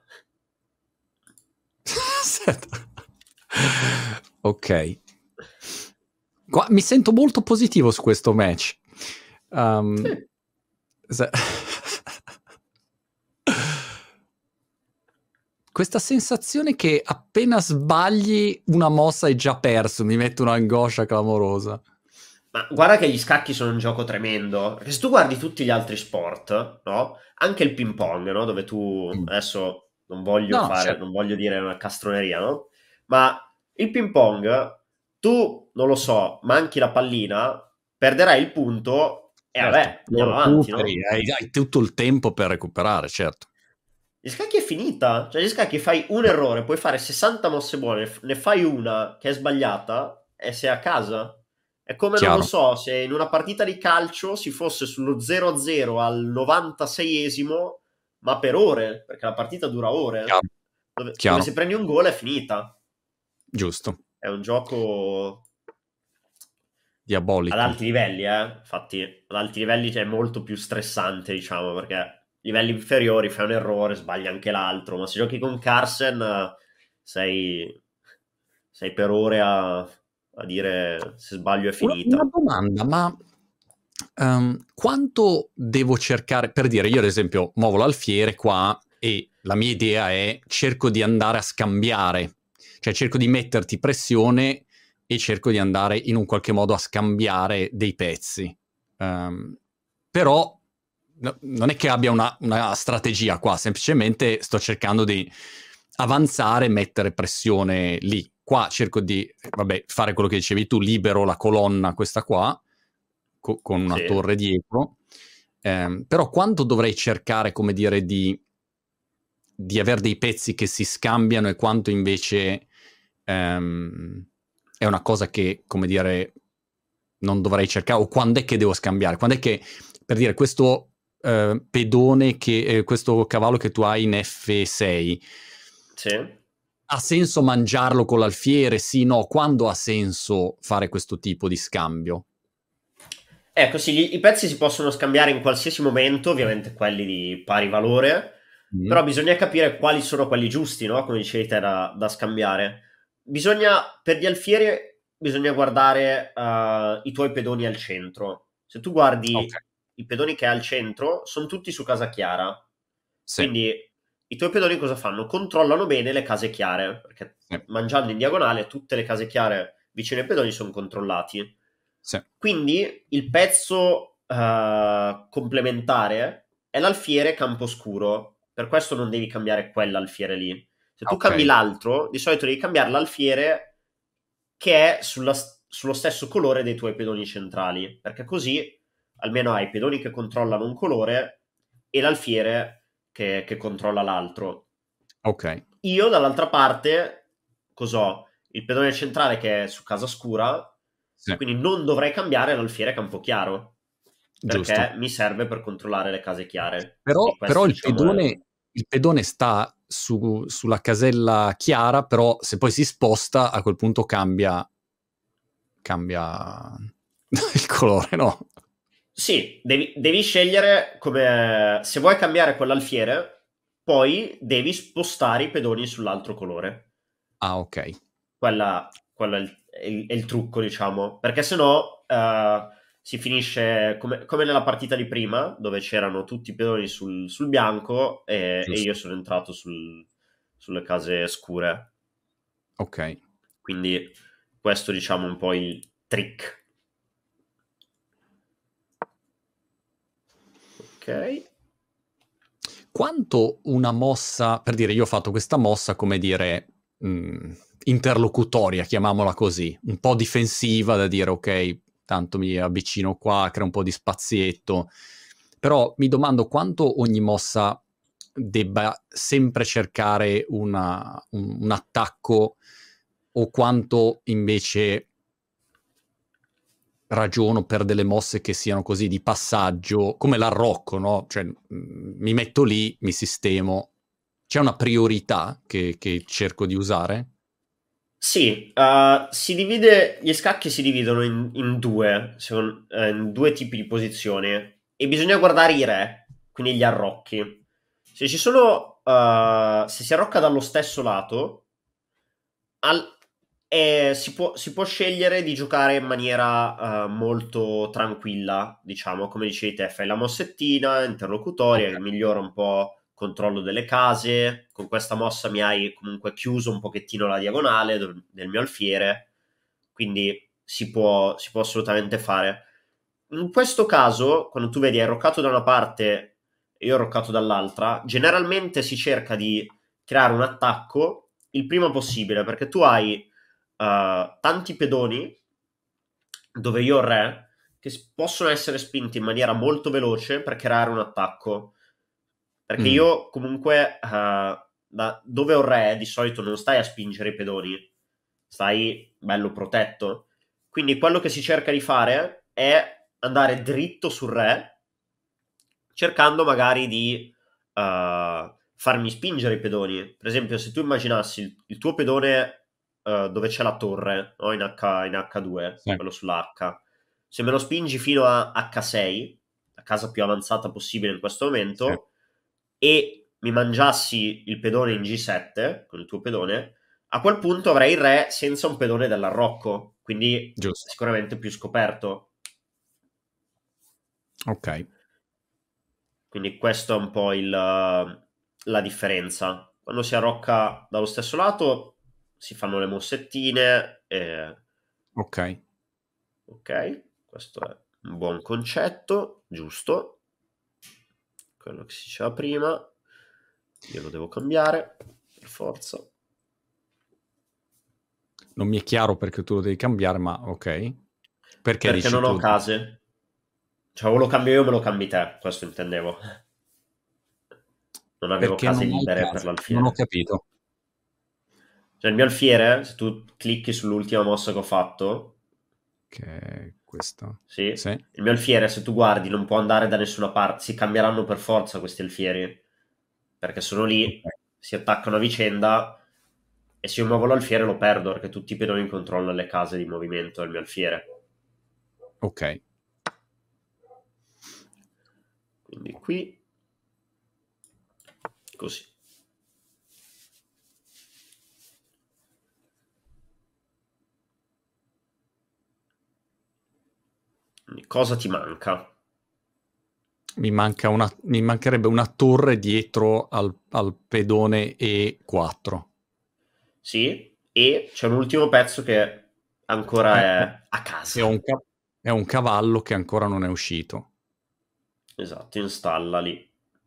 Ok. Qua, mi sento molto positivo su questo match. Um, Sì. se... Questa sensazione che appena sbagli una mossa hai già perso, mi mette un'angoscia clamorosa. Ma guarda che gli scacchi sono un gioco tremendo. Perché se tu guardi tutti gli altri sport, no? Anche il ping pong, no? Dove tu Mm. adesso non voglio No, no, fare, certo. non voglio dire una castroneria, no? Ma il ping pong, tu non lo so, manchi la pallina, perderai il punto E certo, vabbè, lo andiamo avanti, recuperi, no? hai, hai tutto il tempo per recuperare, certo. Gli scacchi è finita. Cioè, gli scacchi fai un errore, puoi fare sessanta mosse buone, f- ne fai una che è sbagliata e sei a casa. È come, non lo Chiaro, so, se in una partita di calcio si fosse sullo zero a zero al novantaseiesimo, ma per ore, perché la partita dura ore, chiaro, dove, dove chiaro, se prendi un gol è finita. giusto, È un gioco ad diabolico. alti livelli, eh. Infatti, ad alti livelli è molto più stressante, diciamo, perché livelli inferiori fai un errore, sbagli anche l'altro, ma se giochi con Carsen eh, sei, sei per ore a, a dire se sbaglio è Una, una finita. domanda, ma ehm, quanto devo cercare, per dire, io ad esempio muovo l'alfiere qua e la mia idea è cerco di andare a scambiare, cioè cerco di metterti pressione e cerco di andare in un qualche modo a scambiare dei pezzi. Ehm, però no- non è che abbia una, una strategia qua, semplicemente sto cercando di avanzare e mettere pressione lì. Qua cerco di, vabbè, fare quello che dicevi tu, libero la colonna questa qua, co- con una Sì. torre dietro. Ehm, però quanto dovrei cercare, come dire, di, di avere dei pezzi che si scambiano e quanto invece ehm, è una cosa che, come dire, non dovrei cercare, o quando è che devo scambiare? Quando è che, per dire, questo eh, pedone, che, eh, questo cavallo che tu hai in F sei, Sì. ha senso mangiarlo con l'alfiere? Sì, no. Quando ha senso fare questo tipo di scambio? Ecco, sì, gli- i pezzi si possono scambiare in qualsiasi momento, ovviamente quelli di pari valore, Mm. però bisogna capire quali sono quelli giusti, no? Come dicevi te, da, da scambiare. Bisogna, per gli alfieri, bisogna guardare eh, i tuoi pedoni al centro. Se tu Ok, guardi i pedoni che hai al centro, sono tutti su casa chiara. sì, Quindi i tuoi pedoni cosa fanno? Controllano bene le case chiare, perché sì, mangiando in diagonale tutte le case chiare vicino ai pedoni sono controllati. sì. Quindi il pezzo eh, complementare è l'alfiere camposcuro. Per questo non devi cambiare quell'alfiere lì. Se tu Ok, cambi l'altro, di solito devi cambiare l'alfiere che è sulla- sullo stesso colore dei tuoi pedoni centrali, perché così almeno hai i pedoni che controllano un colore e l'alfiere che, che controlla l'altro. ok, Io dall'altra parte, cos'ho? Il pedone centrale che è su casa scura, sì, quindi non dovrei cambiare l'alfiere campochiaro, giusto. perché mi serve per controllare le case chiare. E Però, però questo, il diciamo, è... pedone, il pedone sta su- sulla casella chiara, però se poi si sposta, a quel punto cambia, cambia il colore, no? Sì, devi, devi scegliere come... Se vuoi cambiare quell'alfiere, poi devi spostare i pedoni sull'altro colore. Ah, ok, Quella, quello è il, è il- è il trucco, diciamo, perché sennò eh, si finisce come, come nella partita di prima, dove c'erano tutti i pedoni sul, sul bianco e, e io giusto, sono entrato sul- sulle case scure. ok. Quindi questo, diciamo, è un po' il trick. Ok. Quanto una mossa, per dire, io ho fatto questa mossa, come dire, mh, interlocutoria, chiamiamola così, un po' difensiva, da dire, ok, tanto mi avvicino qua, creo un po' di spazietto, però mi domando quanto ogni mossa debba sempre cercare una- un, un attacco o quanto invece ragiono per delle mosse che siano così di passaggio, come l'arrocco, no? Cioè, mh, mi metto lì, mi sistemo. C'è una priorità che, che cerco di usare? Sì, eh, si divide, gli scacchi si dividono in, in due, secondo- eh, in due tipi di posizioni e bisogna guardare i re, quindi gli arrocchi. Se ci sono, eh, se si arrocca dallo stesso lato, al- eh, si può, si può scegliere di giocare in maniera, eh, molto tranquilla, diciamo, come dicevi te, fai la mossettina interlocutoria Ok, che migliora un po' il controllo delle case, con questa mossa mi hai comunque chiuso un pochettino la diagonale del, del mio alfiere, quindi si può, si può assolutamente fare. In questo caso, quando tu vedi hai roccato da una parte e io ho roccato dall'altra, generalmente si cerca di creare un attacco il prima possibile, perché tu hai eh, tanti pedoni dove io ho re che possono essere spinti in maniera molto veloce per creare un attacco. Perché Mm. io comunque uh, da dove ho il re di solito non stai a spingere i pedoni, stai bello protetto. Quindi quello che si cerca di fare è andare dritto sul re, cercando magari di uh, farmi spingere i pedoni. Per esempio, se tu immaginassi il, il tuo pedone uh, dove c'è la torre, no? in, H, in acca due, Sì. quello sulla H, se me lo spingi fino a acca sei, la casa più avanzata possibile in questo momento, sì, e mi mangiassi il pedone in gi sette, con il tuo pedone, a quel punto avrei il re senza un pedone dell'arrocco, quindi Giusto. sicuramente più scoperto. Ok. Quindi questo è un po' il, la differenza. Quando si arrocca dallo stesso lato si fanno le mossettine. E... Ok. Ok, questo è un buon concetto, giusto. Quello che si diceva prima. Io lo devo cambiare, per forza. Non mi è chiaro perché tu lo devi cambiare, ma ok. Perché, Perché dici non ho tu? case. Cioè, o lo cambio io o me lo cambi te, questo intendevo. Non avevo Perché case non hai libere per casa? Non ho l'alfiere. capito. Cioè, il mio alfiere, se tu clicchi sull'ultima mossa che ho fatto, Che è questa. sì, Sì. il mio alfiere, se tu guardi, non può andare da nessuna parte. Si cambieranno per forza questi alfieri, perché sono lì, Ok. si attaccano a vicenda, e se io muovo l'alfiere lo perdo, perché tutti i pedoni controllano le case di movimento del mio alfiere. Ok. Quindi qui, così. Quindi cosa ti manca? Mi manca una, mi mancherebbe una torre dietro al, al pedone E quattro. Sì, e c'è un ultimo pezzo che ancora Eh, è a è, un casa. ca- è un cavallo che ancora non è uscito. Esatto, installa lì.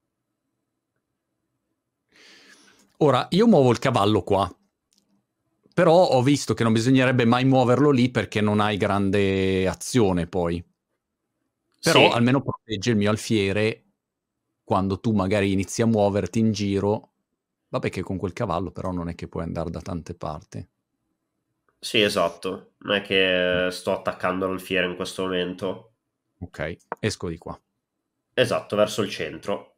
Ora, io muovo il cavallo qua, però ho visto che non bisognerebbe mai muoverlo lì perché non hai grande azione poi. Però Sì, almeno protegge il mio alfiere quando tu magari inizi a muoverti in giro. Vabbè che con quel cavallo però non è che puoi andare da tante parti. sì, esatto. Non è che sto attaccando l'alfiere in questo momento. Ok, esco di qua. Esatto, verso il centro.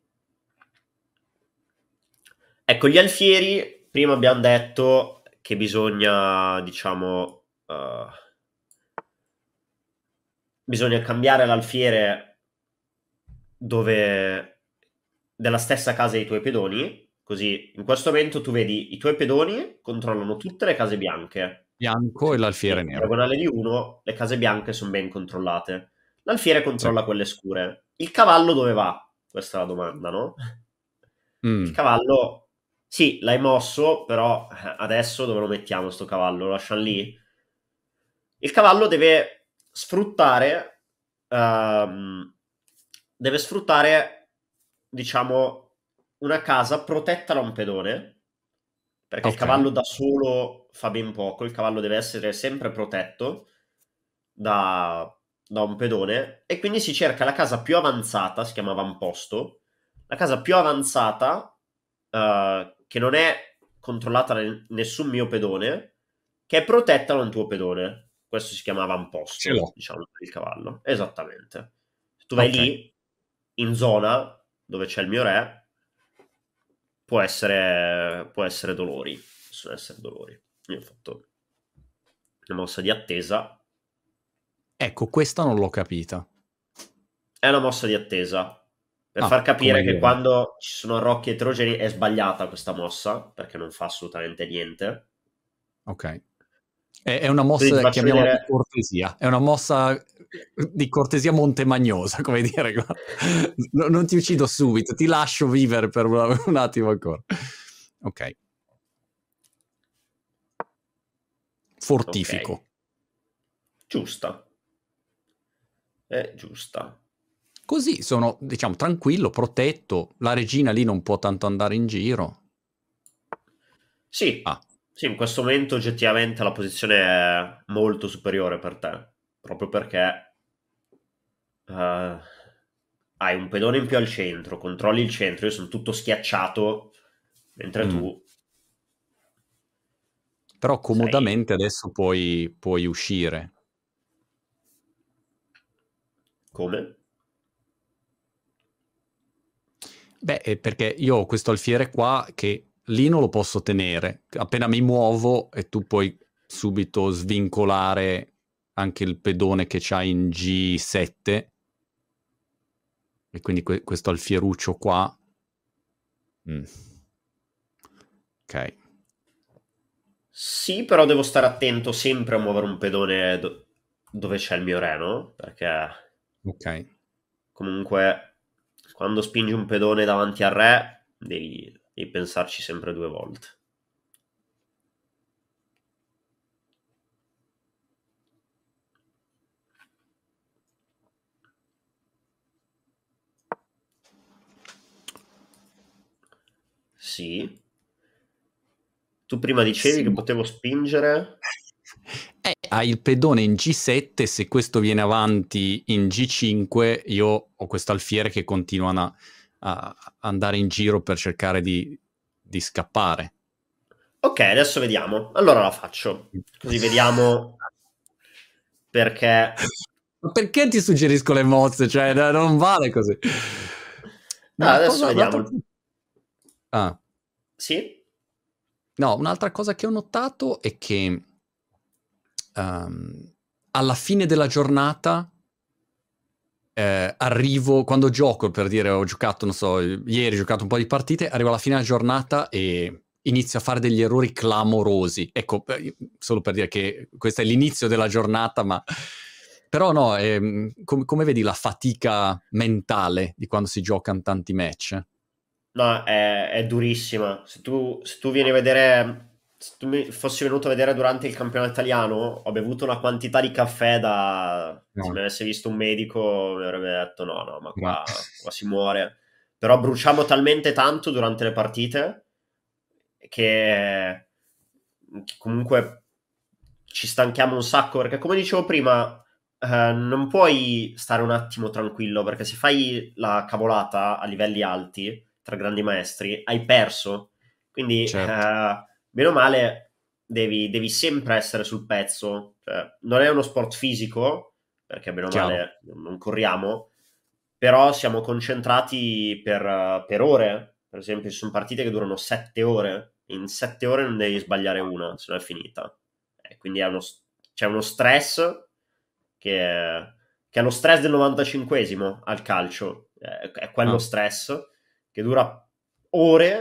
Ecco, gli alfieri, prima abbiamo detto che bisogna, diciamo, uh, bisogna cambiare l'alfiere dove della stessa casa dei tuoi pedoni. Così, in questo momento tu vedi i tuoi pedoni controllano tutte le case bianche. Bianco Se e tu l'alfiere vedi in nero. diagonale di uno, le case bianche sono ben controllate. L'alfiere Sì. controlla quelle scure. Il cavallo dove va? Questa è la domanda, no? Il Mm, cavallo, sì, l'hai mosso, però eh, adesso dove lo mettiamo sto cavallo? Lo lasciamo lì? Il cavallo deve sfruttare, ehm, deve sfruttare, diciamo, una casa protetta da un pedone, perché il ok, cavallo da solo fa ben poco, il cavallo deve essere sempre protetto da, da un pedone, e quindi si cerca la casa più avanzata, si chiama avamposto, la casa più avanzata, eh, che non è controllata da nessun mio pedone, che è protetta da un tuo pedone. Questo si chiama ce avamposto, l'ho. diciamo, per il cavallo. Esattamente. Se tu vai Ok, lì, in zona, dove c'è il mio re, può essere, può essere dolori. Possono essere dolori. Io ho fatto una mossa di attesa. ecco, questa non l'ho capita. È una mossa di attesa. Per Ah, far capire come che dire. quando ci sono arrocchi eterogenei è sbagliata questa mossa, perché non fa assolutamente niente. Ok. È, è una Quindi ti mossa, faccio chiamiamola di vedere. cortesia. È una mossa di cortesia montemagnosa, come dire. Guarda. No- non ti uccido subito, ti lascio vivere per una- un attimo ancora. Ok. Ok, Fortifico. giusta. È giusta. Così sono, diciamo, tranquillo, protetto. La regina lì non può tanto andare in giro. Sì, Ah, sì, in questo momento oggettivamente la posizione è molto superiore per te, proprio perché uh, hai un pedone in più al centro, controlli il centro, io sono tutto schiacciato, mentre Mm. tu... Però comodamente sei... adesso puoi, puoi uscire. Come? Beh, perché io ho questo alfiere qua che lì non lo posso tenere. Appena mi muovo e tu puoi subito svincolare anche il pedone che c'hai in G sette. E quindi que- questo alfieruccio qua. Mm. Ok. Sì, però devo stare attento sempre a muovere un pedone do- dove c'è il mio re, no? Perché Ok. comunque quando spingi un pedone davanti al re devi, devi pensarci sempre due volte. Sì. Tu prima dicevi Sì, che ma... potevo spingere... Eh, hai il pedone in G sette, se questo viene avanti in G cinque, io ho questo alfiere che continua a, a andare in giro per cercare di, di scappare. Ok, adesso vediamo. Allora la faccio. Così vediamo perché... Ma perché ti suggerisco le mosse? Cioè, non vale così. Ah, Una adesso cosa... Un'altra... vediamo. Ah. Sì? No, un'altra cosa che ho notato è che um, alla fine della giornata eh, arrivo, quando gioco, per dire, ho giocato, non so, ieri ho giocato un po' di partite, arrivo alla fine della giornata e inizio a fare degli errori clamorosi. Ecco, solo per dire che questo è l'inizio della giornata, ma... Però no, è, com- come vedi la fatica mentale di quando si giocano tanti match? No, è, è durissima. Se tu, se tu vieni a vedere... Se tu mi fossi venuto a vedere durante il campionato italiano, ho bevuto una quantità di caffè da... Se No. mi avesse visto un medico mi avrebbe detto no, no, ma Ma... qua, qua si muore. Però bruciamo talmente tanto durante le partite che comunque ci stanchiamo un sacco, perché come dicevo prima, eh, non puoi stare un attimo tranquillo, perché se fai la cavolata a livelli alti tra grandi maestri, hai perso. Quindi, Certo. eh, bene o male, devi, devi sempre essere sul pezzo. Cioè, non è uno sport fisico, perché bene o Chiaro. male non corriamo, però siamo concentrati per, per ore. Per esempio, ci sono partite che durano sette ore. In sette ore non devi sbagliare una, se no è finita. Eh, quindi è uno, c'è uno stress che è, che è lo stress del novantacinquesimo al calcio. Eh, è quello Ah. stress che dura ore.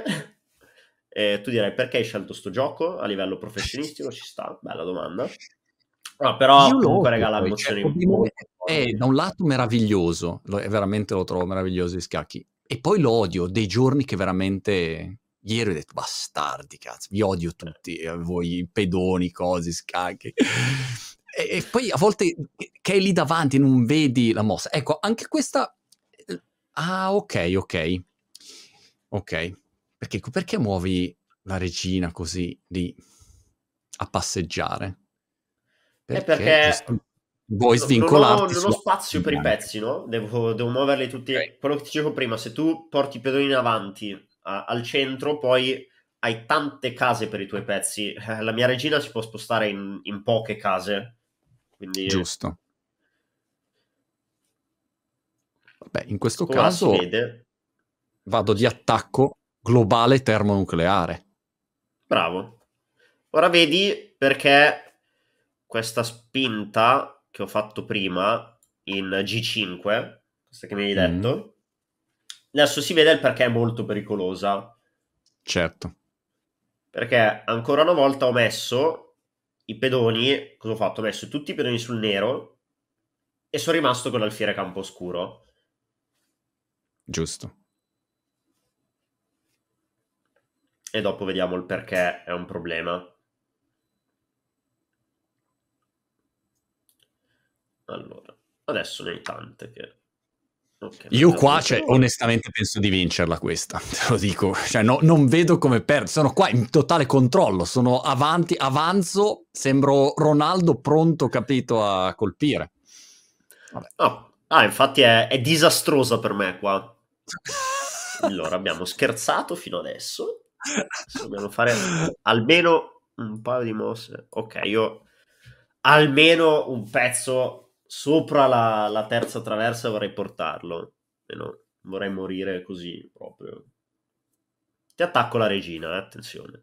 E tu direi perché hai scelto sto gioco a livello professionistico? Ci sta, bella domanda. No, però Io lo comunque odio regala poi, cioè, emozioni molto ovviamente è forti. da un lato meraviglioso, lo- è veramente lo trovo meraviglioso i scacchi, e poi lo odio, dei giorni che veramente, ieri ho detto, bastardi, cazzo, vi odio tutti, eh, voi pedoni, cosi, scacchi, e, e poi a volte che è lì davanti non vedi la mossa, ecco, anche questa, eh, ah, ok, ok, ok, perché, perché muovi la regina così lì a passeggiare? È Perché perché giusto, vuoi no- non ho, svincolarti non ho sulla spazio per i bianca. pezzi, no? Devo, devo muoverli Ok. tutti. Quello che ti dicevo prima, se tu porti i pedoni in avanti a- al centro, poi hai tante case per i tuoi pezzi. Eh, La mia regina si può spostare in, in poche case. Quindi Giusto. Vabbè, in questo come la si caso vede? vado di Sì, attacco globale termonucleare. bravo. Ora vedi perché questa spinta che ho fatto prima in G cinque, questa che mi hai Mm, detto, adesso si vede il perché è molto pericolosa. certo. Perché ancora una volta ho messo i pedoni, cosa ho fatto? Ho messo tutti i pedoni sul nero e sono rimasto con l'alfiere campo oscuro. Giusto. E dopo vediamo il perché è un problema. Allora, adesso ne hai tante che... Ok, Io mettiamo qua, due cioè, pedoni. onestamente penso di vincerla questa, te lo dico. Cioè, no, non vedo come perdere. Sono qua in totale controllo, sono avanti, avanzo, sembro Ronaldo pronto, capito, a colpire. Vabbè. Ah, Ah, infatti è, è disastrosa per me qua. Allora, abbiamo scherzato fino adesso. Adesso dobbiamo fare almeno un paio di mosse. Ok, io almeno un pezzo sopra la, la terza traversa vorrei portarlo. E no, vorrei morire così proprio. Ti attacco la regina, eh, attenzione.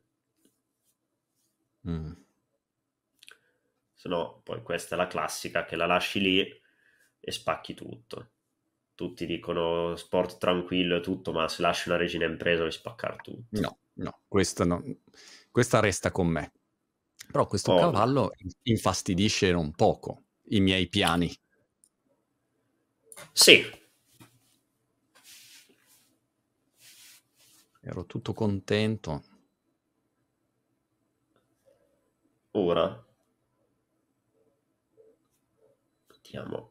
Mm. Se no, poi questa è la classica che la lasci lì e spacchi tutto. Tutti dicono sport tranquillo e tutto, ma se lasci una regina in presa devi spaccare tutto. No, no, questa, no, questa resta con me. Però questo Oh, no. cavallo infastidisce non poco i miei piani. Sì, Ero tutto contento. ora vediamo.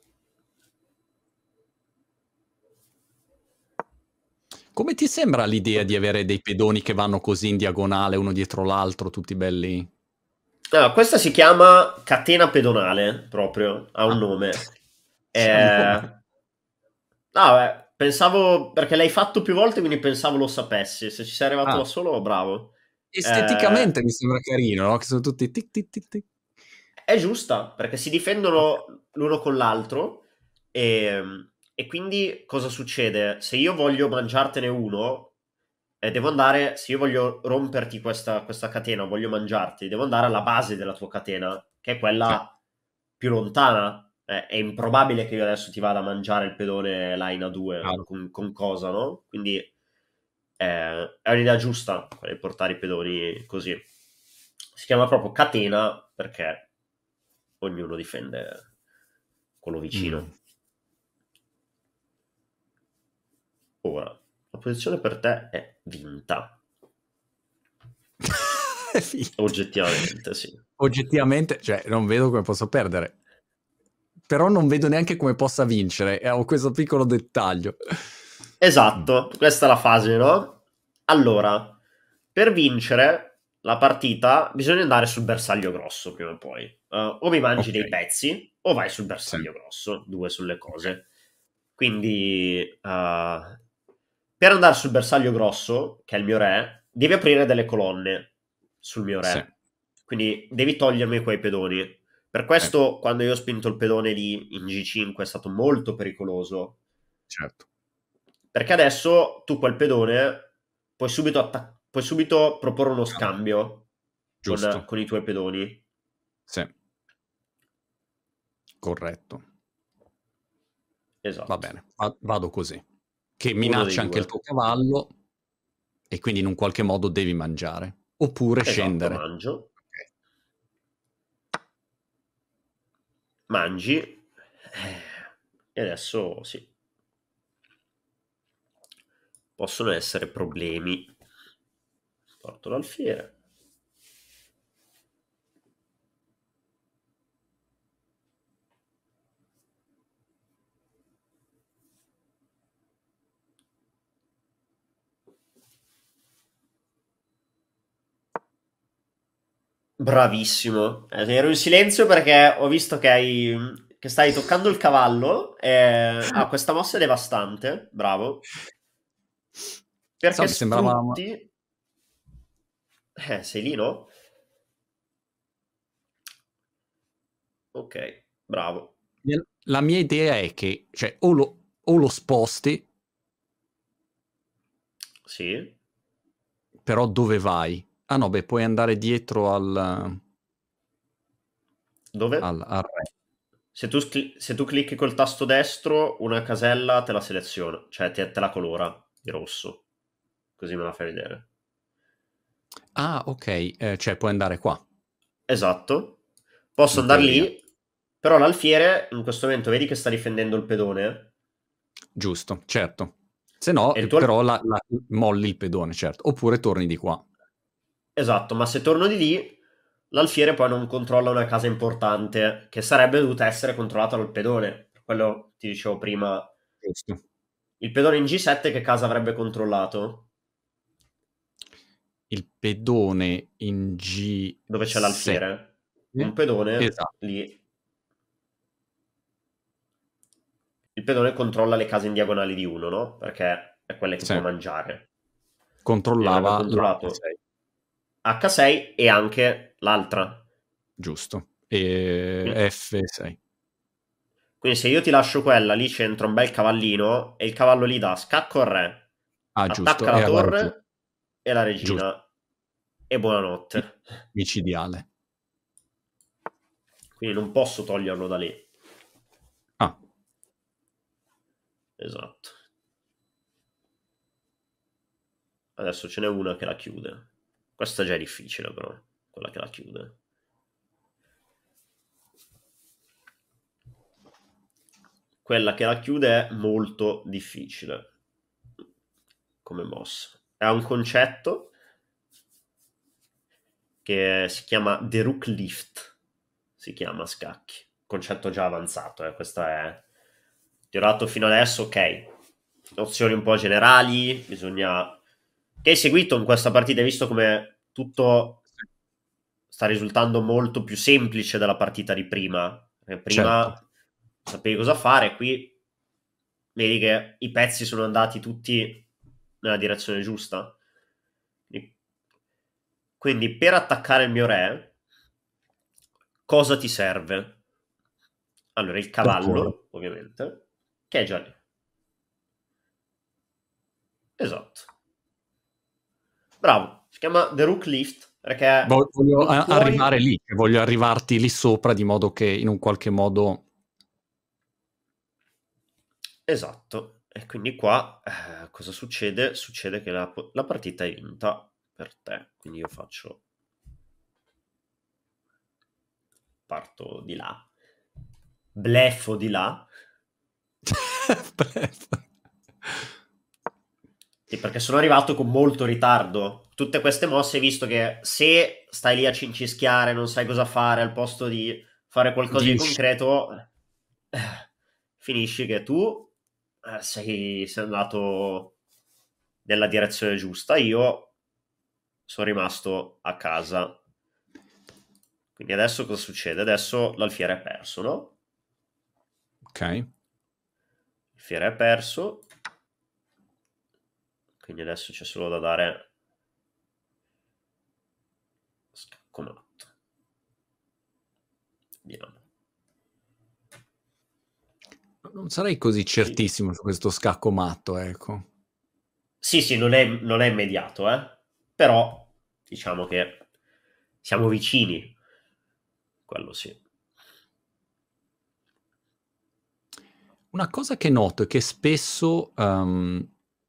Come ti sembra l'idea di avere dei pedoni che vanno così in diagonale, uno dietro l'altro, tutti belli? Allora, questa si chiama catena pedonale, proprio, ha un Ah, nome. c'ha un nome. Eh... No, beh, pensavo, perché l'hai fatto più volte, quindi pensavo lo sapessi. Se ci sei arrivato da Ah, solo, bravo. Eh, esteticamente mi sembra carino, no? Che sono tutti tic tic tic tic. È giusta, perché si difendono l'uno con l'altro e, e quindi cosa succede? Se io voglio mangiartene uno, eh, devo andare, se io voglio romperti questa, questa catena, voglio mangiarti, devo andare alla base della tua catena, che è Sì, quella più lontana. Eh, è improbabile che io adesso ti vada a mangiare il pedone là in A due chiaro. con, con cosa, no? Quindi eh, è un'idea giusta quella di portare i pedoni così. Si chiama proprio catena perché ognuno difende quello Mm. vicino. Ora, la posizione per te è vinta. È finta. Oggettivamente, sì. Oggettivamente, cioè, non vedo come posso perdere. Però non vedo neanche come possa vincere. E ho questo piccolo dettaglio. Mm. Esatto, questa è la fase, no? Allora, per vincere la partita bisogna andare sul bersaglio grosso prima o poi. Uh, o mi mangi Ok, dei pezzi o vai sul sì, bersaglio grosso, due sulle ok, cose. Quindi, uh, per andare sul bersaglio grosso, che è il mio re, devi aprire delle colonne sul mio sì, re. Quindi devi togliermi quei pedoni. Per sì, questo, quando io ho spinto il pedone lì in G cinque è stato molto pericoloso. certo. Perché adesso tu quel pedone puoi subito, attac- puoi subito proporre uno Ah, scambio con, giusto, con i tuoi pedoni. sì, corretto. Va Esatto. bene, va- vado così. Che Uno dei minaccia anche il due. tuo cavallo e quindi in un qualche modo devi mangiare. Oppure Esatto, scendere. mangio. Ok. Mangi. Eh, E adesso sì. Possono essere problemi. Porto l'alfiere. Bravissimo. Eh, ero in silenzio perché ho visto che hai che stai toccando il cavallo. E... Ah, questa mossa è devastante. Bravo. So, Perché mi sembrava... sfrutti. Eh, sei lì, no? Ok, bravo. La mia idea è che, cioè, o lo, o lo sposti, Sì. però dove vai? Ah no, beh, puoi andare dietro al, Dove? al, al re. Se tu, scli- se tu clicchi col tasto destro, una casella te la seleziona, cioè te, te la colora di rosso. Così me la fai vedere. Ah, ok, eh, cioè puoi andare qua, Esatto. Posso in andare teoria. lì, però l'alfiere in questo momento vedi che sta difendendo il pedone? Giusto, certo. Se no, E il eh, tuo... però la, la- molli il pedone, certo. Oppure torni di qua. Esatto, ma se torno di lì, l'alfiere poi non controlla una casa importante, che sarebbe dovuta essere controllata dal pedone. Per quello ti dicevo prima, Giusto. il pedone in G sette che casa avrebbe controllato? Il pedone in G Dove c'è sette. l'alfiere? Un pedone Esatto. lì. il pedone controlla le case in diagonale di uno, no? Perché è quelle che Sì. può mangiare. Controllava controllato l'H sei. acca sei e anche l'altra. Giusto. E Quindi, F sei. quindi se io ti lascio quella, lì c'entra un bel cavallino e il cavallo lì dà scacco al re, Ah, giusto. attacca E la alla regina. torre e la Giusto. regina. E buonanotte. Micidiale. Quindi non posso toglierlo da lì. Ah. Esatto. Adesso ce n'è una che la chiude. Questa già è difficile, però. Quella che la chiude. Quella che la chiude è molto difficile come mossa. È un concetto che si chiama The Rook Lift. Si chiama a scacchi. Concetto già avanzato, eh. Questa è... Ti ho dato fino adesso, ok. Nozioni un po' generali, bisogna... Che hai seguito in questa partita, hai visto come tutto sta risultando molto più semplice della partita di prima. Perché prima Certo. sapevi cosa fare, qui vedi che i pezzi sono andati tutti nella direzione giusta. Quindi per attaccare il mio re, cosa ti serve? Allora, il cavallo, ovviamente, che è già lì. Esatto. Bravo, si chiama The Rook Lift, perché Voglio non a- puoi... arrivare lì, voglio arrivarti lì sopra di modo che in un qualche modo... Esatto. E quindi qua eh, cosa succede? Succede che la, la partita è vinta per te. Quindi io faccio... Parto di là. Bleffo di là. Sì, perché sono arrivato con molto ritardo. Tutte queste mosse, visto che se stai lì a cincischiare, non sai cosa fare, al posto di fare qualcosa di concreto, eh, finisci che tu eh, sei, sei andato nella direzione giusta. Io sono rimasto a casa. Quindi adesso cosa succede? Adesso l'alfiere è perso, no? Ok. Il fiere è perso. Quindi adesso c'è solo da dare scacco matto. Vediamo. Non sarei così certissimo sì. su questo scacco matto, ecco. Sì, sì, non è, non è immediato, eh? Però diciamo che siamo vicini. Quello sì. Una cosa che noto è che spesso um,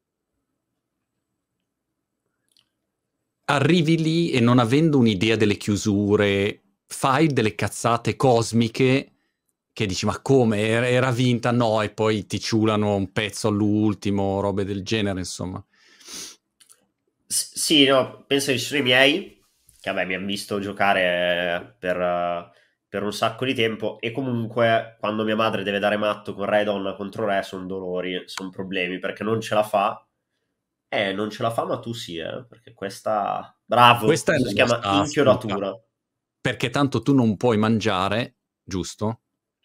arrivi lì e non avendo un'idea delle chiusure, fai delle cazzate cosmiche che dici ma come, era vinta? No, e poi ti ciulano un pezzo all'ultimo, robe del genere, insomma. S- sì, no, penso che ci sono i miei, che vabbè mi hanno visto giocare per, per un sacco di tempo e comunque quando mia madre deve dare matto con re e donna contro re sono dolori, sono problemi perché non ce la fa. Eh, non ce la fa, ma tu sì, eh, perché questa... Bravo, Questa è questo la si chiama mossa astuta, inchiodatura. perché tanto tu non puoi mangiare, giusto?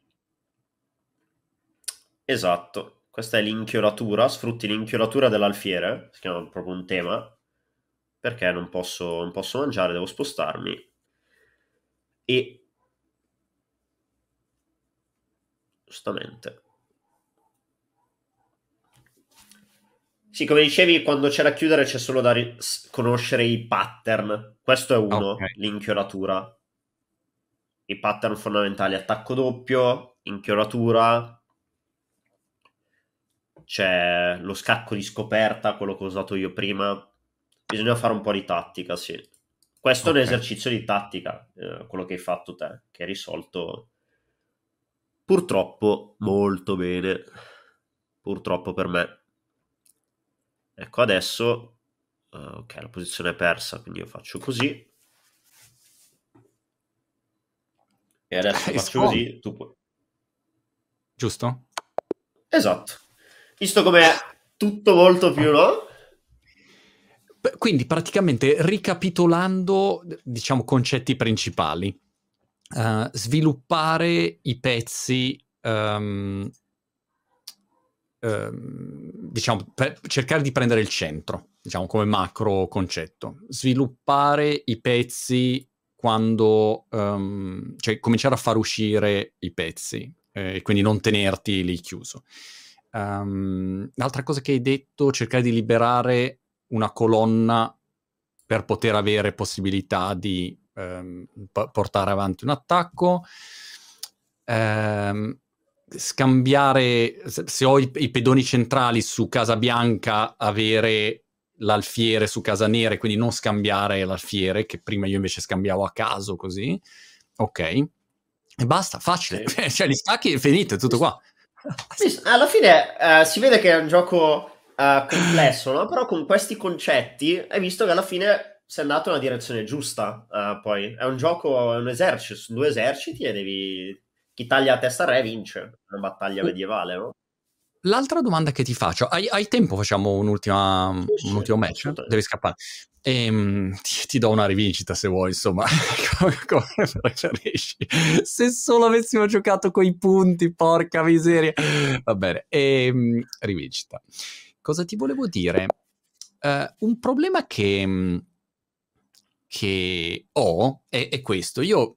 Esatto, questa è l'inchiodatura, sfrutti l'inchiodatura dell'alfiere, si chiama proprio un tema, perché non posso, non posso mangiare, devo spostarmi. E... giustamente... Sì, come dicevi, quando c'è da chiudere c'è solo da ri- conoscere i pattern. Questo è uno, Ok. l'inchiodatura. I pattern fondamentali, attacco doppio, inchiodatura, c'è lo scacco di scoperta, quello che ho usato io prima. Bisogna fare un po' di tattica, sì. Questo è un Okay. esercizio di tattica, eh, quello che hai fatto te, che hai risolto purtroppo molto bene. Purtroppo per me. Ecco, adesso... Uh, ok, la posizione è persa, quindi io faccio così. E adesso Eh, faccio scomodo. così, tu puoi... Giusto? Esatto. Visto com'è tutto molto più, no? Beh, quindi praticamente ricapitolando, d diciamo concetti principali, uhm, sviluppare i pezzi, uhm ehm, diciamo, per cercare di prendere il centro, diciamo, come macro concetto. Sviluppare i pezzi quando... Um, cioè, cominciare a far uscire i pezzi, e eh, quindi non tenerti lì chiuso. Um, l'altra cosa che hai detto, cercare di liberare una colonna per poter avere possibilità di um, p- portare avanti un attacco. Um, scambiare, se ho i, i pedoni centrali su Casa Bianca, avere l'alfiere su Casa Nera, quindi non scambiare l'alfiere, che prima io invece scambiavo a caso così. Ok. E basta, facile. Okay. Cioè, gli stacchi è finito, è tutto qua. Alla fine eh, si vede che è un gioco eh, complesso, no? Però con questi concetti hai visto che alla fine sei andato nella direzione giusta. Eh, poi è un gioco, è un esercito, sono due eserciti e devi... Chi taglia a testa re vince, una battaglia Oh, medievale, no? l'altra domanda che ti faccio, hai, hai tempo? Facciamo un'ultima, Sì, un sì, ultimo match? Devi assolutamente. scappare. Ehm, ti, ti do una rivincita se vuoi, insomma, come, come preferisci. Se solo avessimo giocato coi punti, porca miseria. Va bene, ehm, rivincita. Cosa ti volevo dire? Eh, un problema che, che ho è, è questo. Io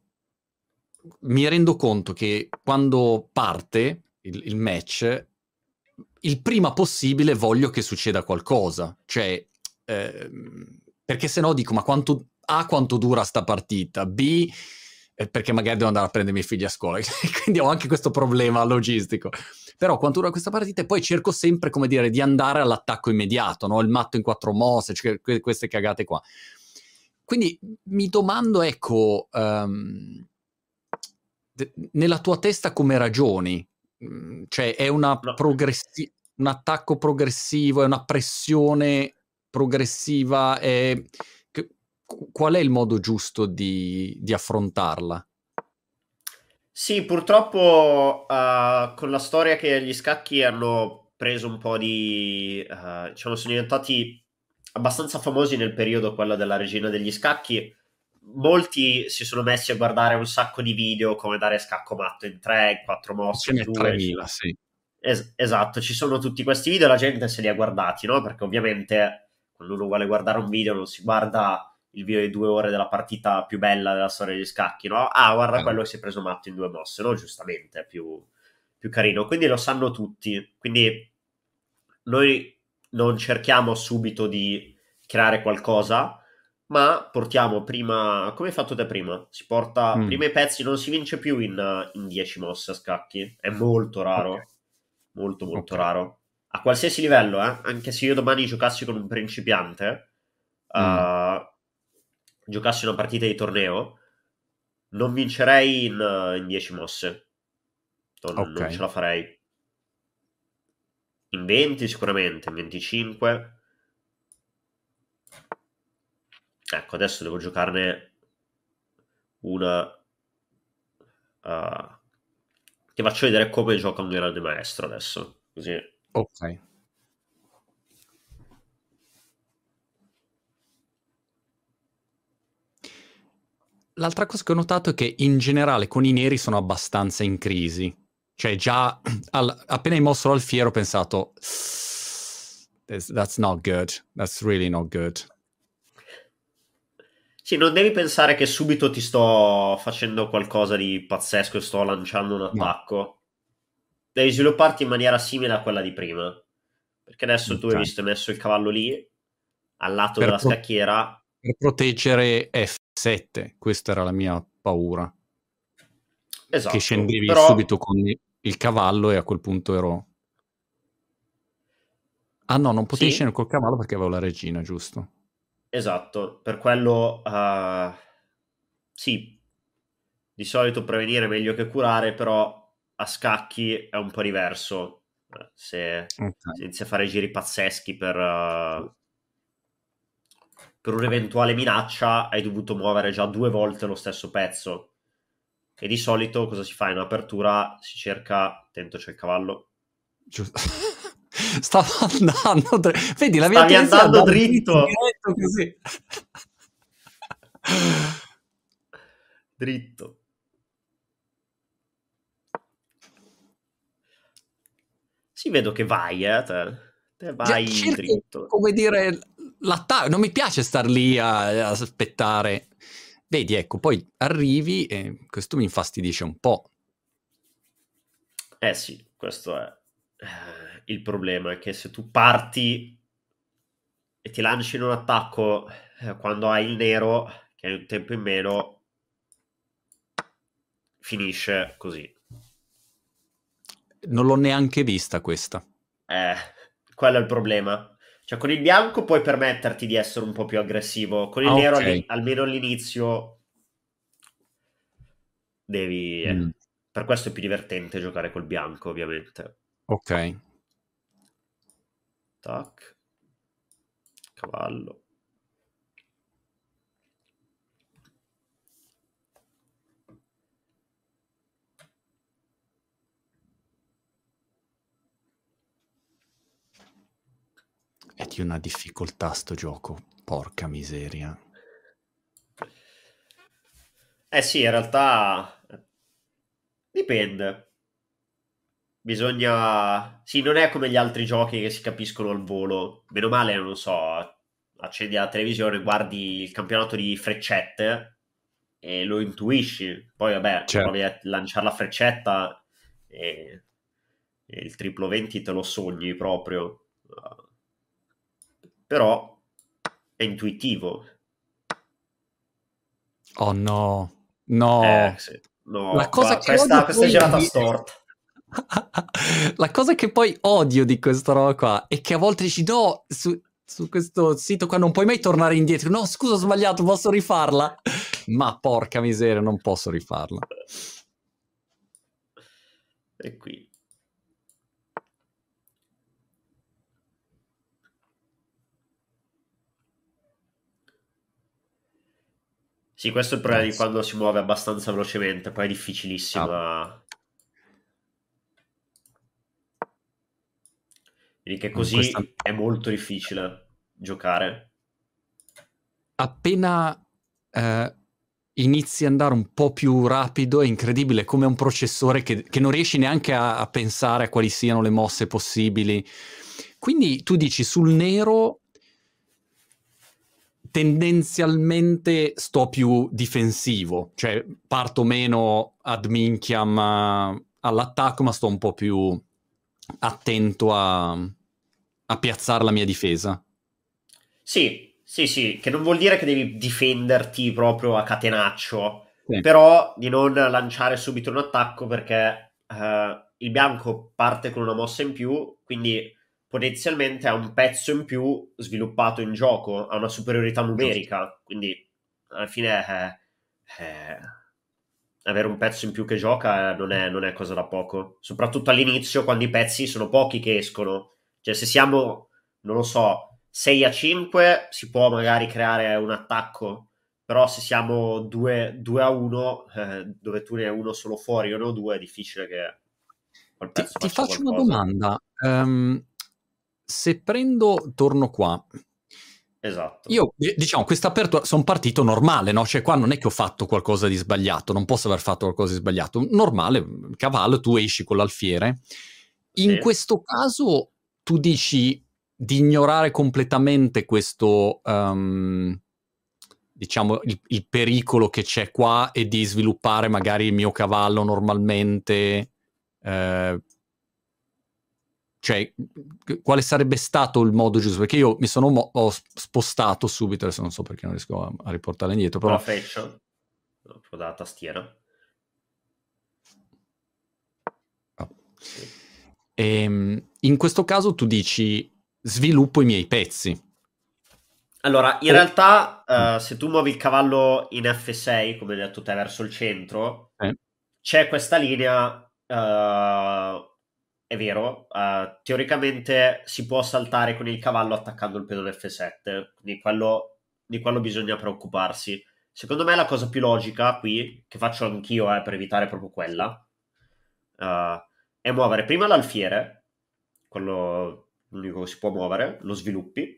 mi rendo conto che quando parte il, il match, il prima possibile voglio che succeda qualcosa. Cioè, ehm, perché se no dico, ma quanto, A, quanto dura sta partita? B, eh, perché magari devo andare a prendere i miei figli a scuola. Quindi ho anche questo problema logistico. Però quanto dura questa partita? E poi cerco sempre, come dire, di andare all'attacco immediato, no? Il matto in quattro mosse, cioè queste cagate qua. Quindi mi domando, ecco, um, de- nella tua testa come ragioni? Mm, cioè è una No. progressi- un attacco progressivo, è una pressione progressiva, è... che- qual è il modo giusto di, di affrontarla? Sì, purtroppo eh, con la storia che gli scacchi hanno preso un po' di... eh, diciamo, sono diventati abbastanza famosi nel periodo quello della regina degli scacchi. Molti si sono messi a guardare un sacco di video come dare scacco matto in tre, in quattro mosse, Ce in n'è due. tremila, sì. Es- esatto, ci sono tutti questi video, la gente se li ha guardati, no? Perché ovviamente quando uno vuole guardare un video non si guarda il video di due ore della partita più bella della storia degli scacchi, no? Ah, guarda Eh no. quello che si è preso matto in due mosse, no? Giustamente, è più, più carino. Quindi lo sanno tutti. Quindi noi non cerchiamo subito di creare qualcosa, ma portiamo prima, come hai fatto te prima, si porta Mm, prima i pezzi, non si vince più in, in dieci mosse a scacchi, è molto ok, raro, molto molto ok. raro. A qualsiasi livello, eh? Anche se io domani giocassi con un principiante, Mm, uh, giocassi una partita di torneo, non vincerei in, in dieci mosse, non, ok. non ce la farei. In venti sicuramente, in venticinque. Ecco, adesso devo giocarne una... uh, ti faccio vedere come gioca un grande maestro adesso, così. Ok. L'altra cosa che ho notato è che in generale con i neri sono abbastanza in crisi. Cioè già al- appena hai mosso l'alfiero ho pensato "That's that's not good, that's really not good." Sì, non devi pensare che subito ti sto facendo qualcosa di pazzesco e sto lanciando un No, attacco. Devi svilupparti in maniera simile a quella di prima. Perché adesso tu hai ok. visto, hai messo il cavallo lì, al lato Per, della pro- scacchiera. per proteggere F sette, questa era la mia paura. Che Esatto, scendevi però subito con il cavallo e a quel punto ero... Ah no, non potevi sì, scendere col cavallo perché avevo la regina, giusto? esatto, per quello uh, sì, di solito prevenire è meglio che curare, però a scacchi è un po' diverso. Eh, Se, Ok. se inizi a fare giri pazzeschi per, uh, per un'eventuale minaccia, hai dovuto muovere già due volte lo stesso pezzo. E di solito cosa si fa in apertura? Si cerca, attento c'è il cavallo. Giusto. Stavo andando... dr- Vedi, la mia Stavi tendenza è andando andare dritto, dritto, diretto così. dritto. Sì, vedo che vai, eh, te, te Cioè, vai cerco, dritto. come dire, l'attacco. Non mi piace star lì a, a aspettare. Vedi, ecco, poi arrivi e questo mi infastidisce un po'. Eh sì, questo è eh, il problema, è che se tu parti e ti lanci in un attacco eh, quando hai il nero, che hai un tempo in meno, finisce così. Non l'ho neanche vista questa. Eh, quello è il problema. Cioè, con il bianco puoi permetterti di essere un po' più aggressivo, con il Ah, nero ok. alli- almeno all'inizio devi... eh, Mm, Per questo è più divertente giocare col bianco, ovviamente. ok. Tac, cavallo. È di una difficoltà sto gioco. Porca miseria. Eh sì, in realtà eh, dipende. Bisogna... Sì, non è come gli altri giochi che si capiscono al volo. Meno male, non so, accendi la televisione, guardi il campionato di freccette e lo intuisci. Poi, vabbè, provi Certo. a lanciare la freccetta e, e il triplo venti te lo sogni proprio. Uh, Però è intuitivo. Oh no. Eh, No. sì. La No, cosa qua- che odio questa, questa è poi girata di... storta. La cosa che poi odio di questa roba qua è che a volte dici no, su, su questo sito qua non puoi mai tornare indietro. No, scusa, ho sbagliato, posso rifarla? Ma porca miseria, non posso rifarla. E qui. Sì, questo è il problema Eh di sì. quando si muove abbastanza velocemente, poi è Ah, difficilissima. Quindi che con questa... così è molto difficile giocare. Appena eh, inizi ad andare un po' più rapido, è incredibile come un processore che, che non riesci neanche a, a pensare a quali siano le mosse possibili. Quindi tu dici sul nero tendenzialmente sto più difensivo, cioè parto meno ad minchiam eh, all'attacco, ma sto un po' più attento a, a piazzare la mia difesa. Sì, sì, sì, che non vuol dire che devi difenderti proprio a catenaccio, Sì, però di non lanciare subito un attacco perché eh, il bianco parte con una mossa in più, quindi potenzialmente ha un pezzo in più sviluppato in gioco, ha una superiorità giusto. numerica, quindi alla fine eh, eh, avere un pezzo in più che gioca eh, non è, non è cosa da poco, soprattutto all'inizio quando i pezzi sono pochi che escono, cioè se siamo, non lo so, sei a cinque si può magari creare un attacco, però se siamo due, due a uno, eh, dove tu ne hai uno solo fuori, io ne ho due, è difficile che quel Ti, pezzo ti faccia faccio una qualcosa. domanda. Ehm, se prendo, torno qua, Esatto. io, eh, diciamo, questa apertura, sono partito normale, no? Cioè qua non è che ho fatto qualcosa di sbagliato, non posso aver fatto qualcosa di sbagliato. Normale, cavallo, tu esci con l'alfiere. In Sì. questo caso tu dici di ignorare completamente questo, um, diciamo, il, il pericolo che c'è qua e di sviluppare magari il mio cavallo normalmente, eh, cioè, quale sarebbe stato il modo giusto? Perché io mi sono mo- ho spostato subito, adesso non so perché non riesco a, a riportarla indietro, Con la però freccia, proprio dalla tastiera. oh. Sì. Ehm, in questo caso tu dici sviluppo i miei pezzi. Allora, in O realtà, mm, eh, se tu muovi il cavallo in F sei, come hai detto te, verso il centro, eh, c'è questa linea, eh, è vero, eh, teoricamente si può saltare con il cavallo attaccando il pedone F sette, quindi quello, di quello bisogna preoccuparsi. Secondo me la cosa più logica qui, che faccio anch'io eh, per evitare proprio quella, eh, è muovere prima l'alfiere, quello l'unico che si può muovere, lo sviluppi,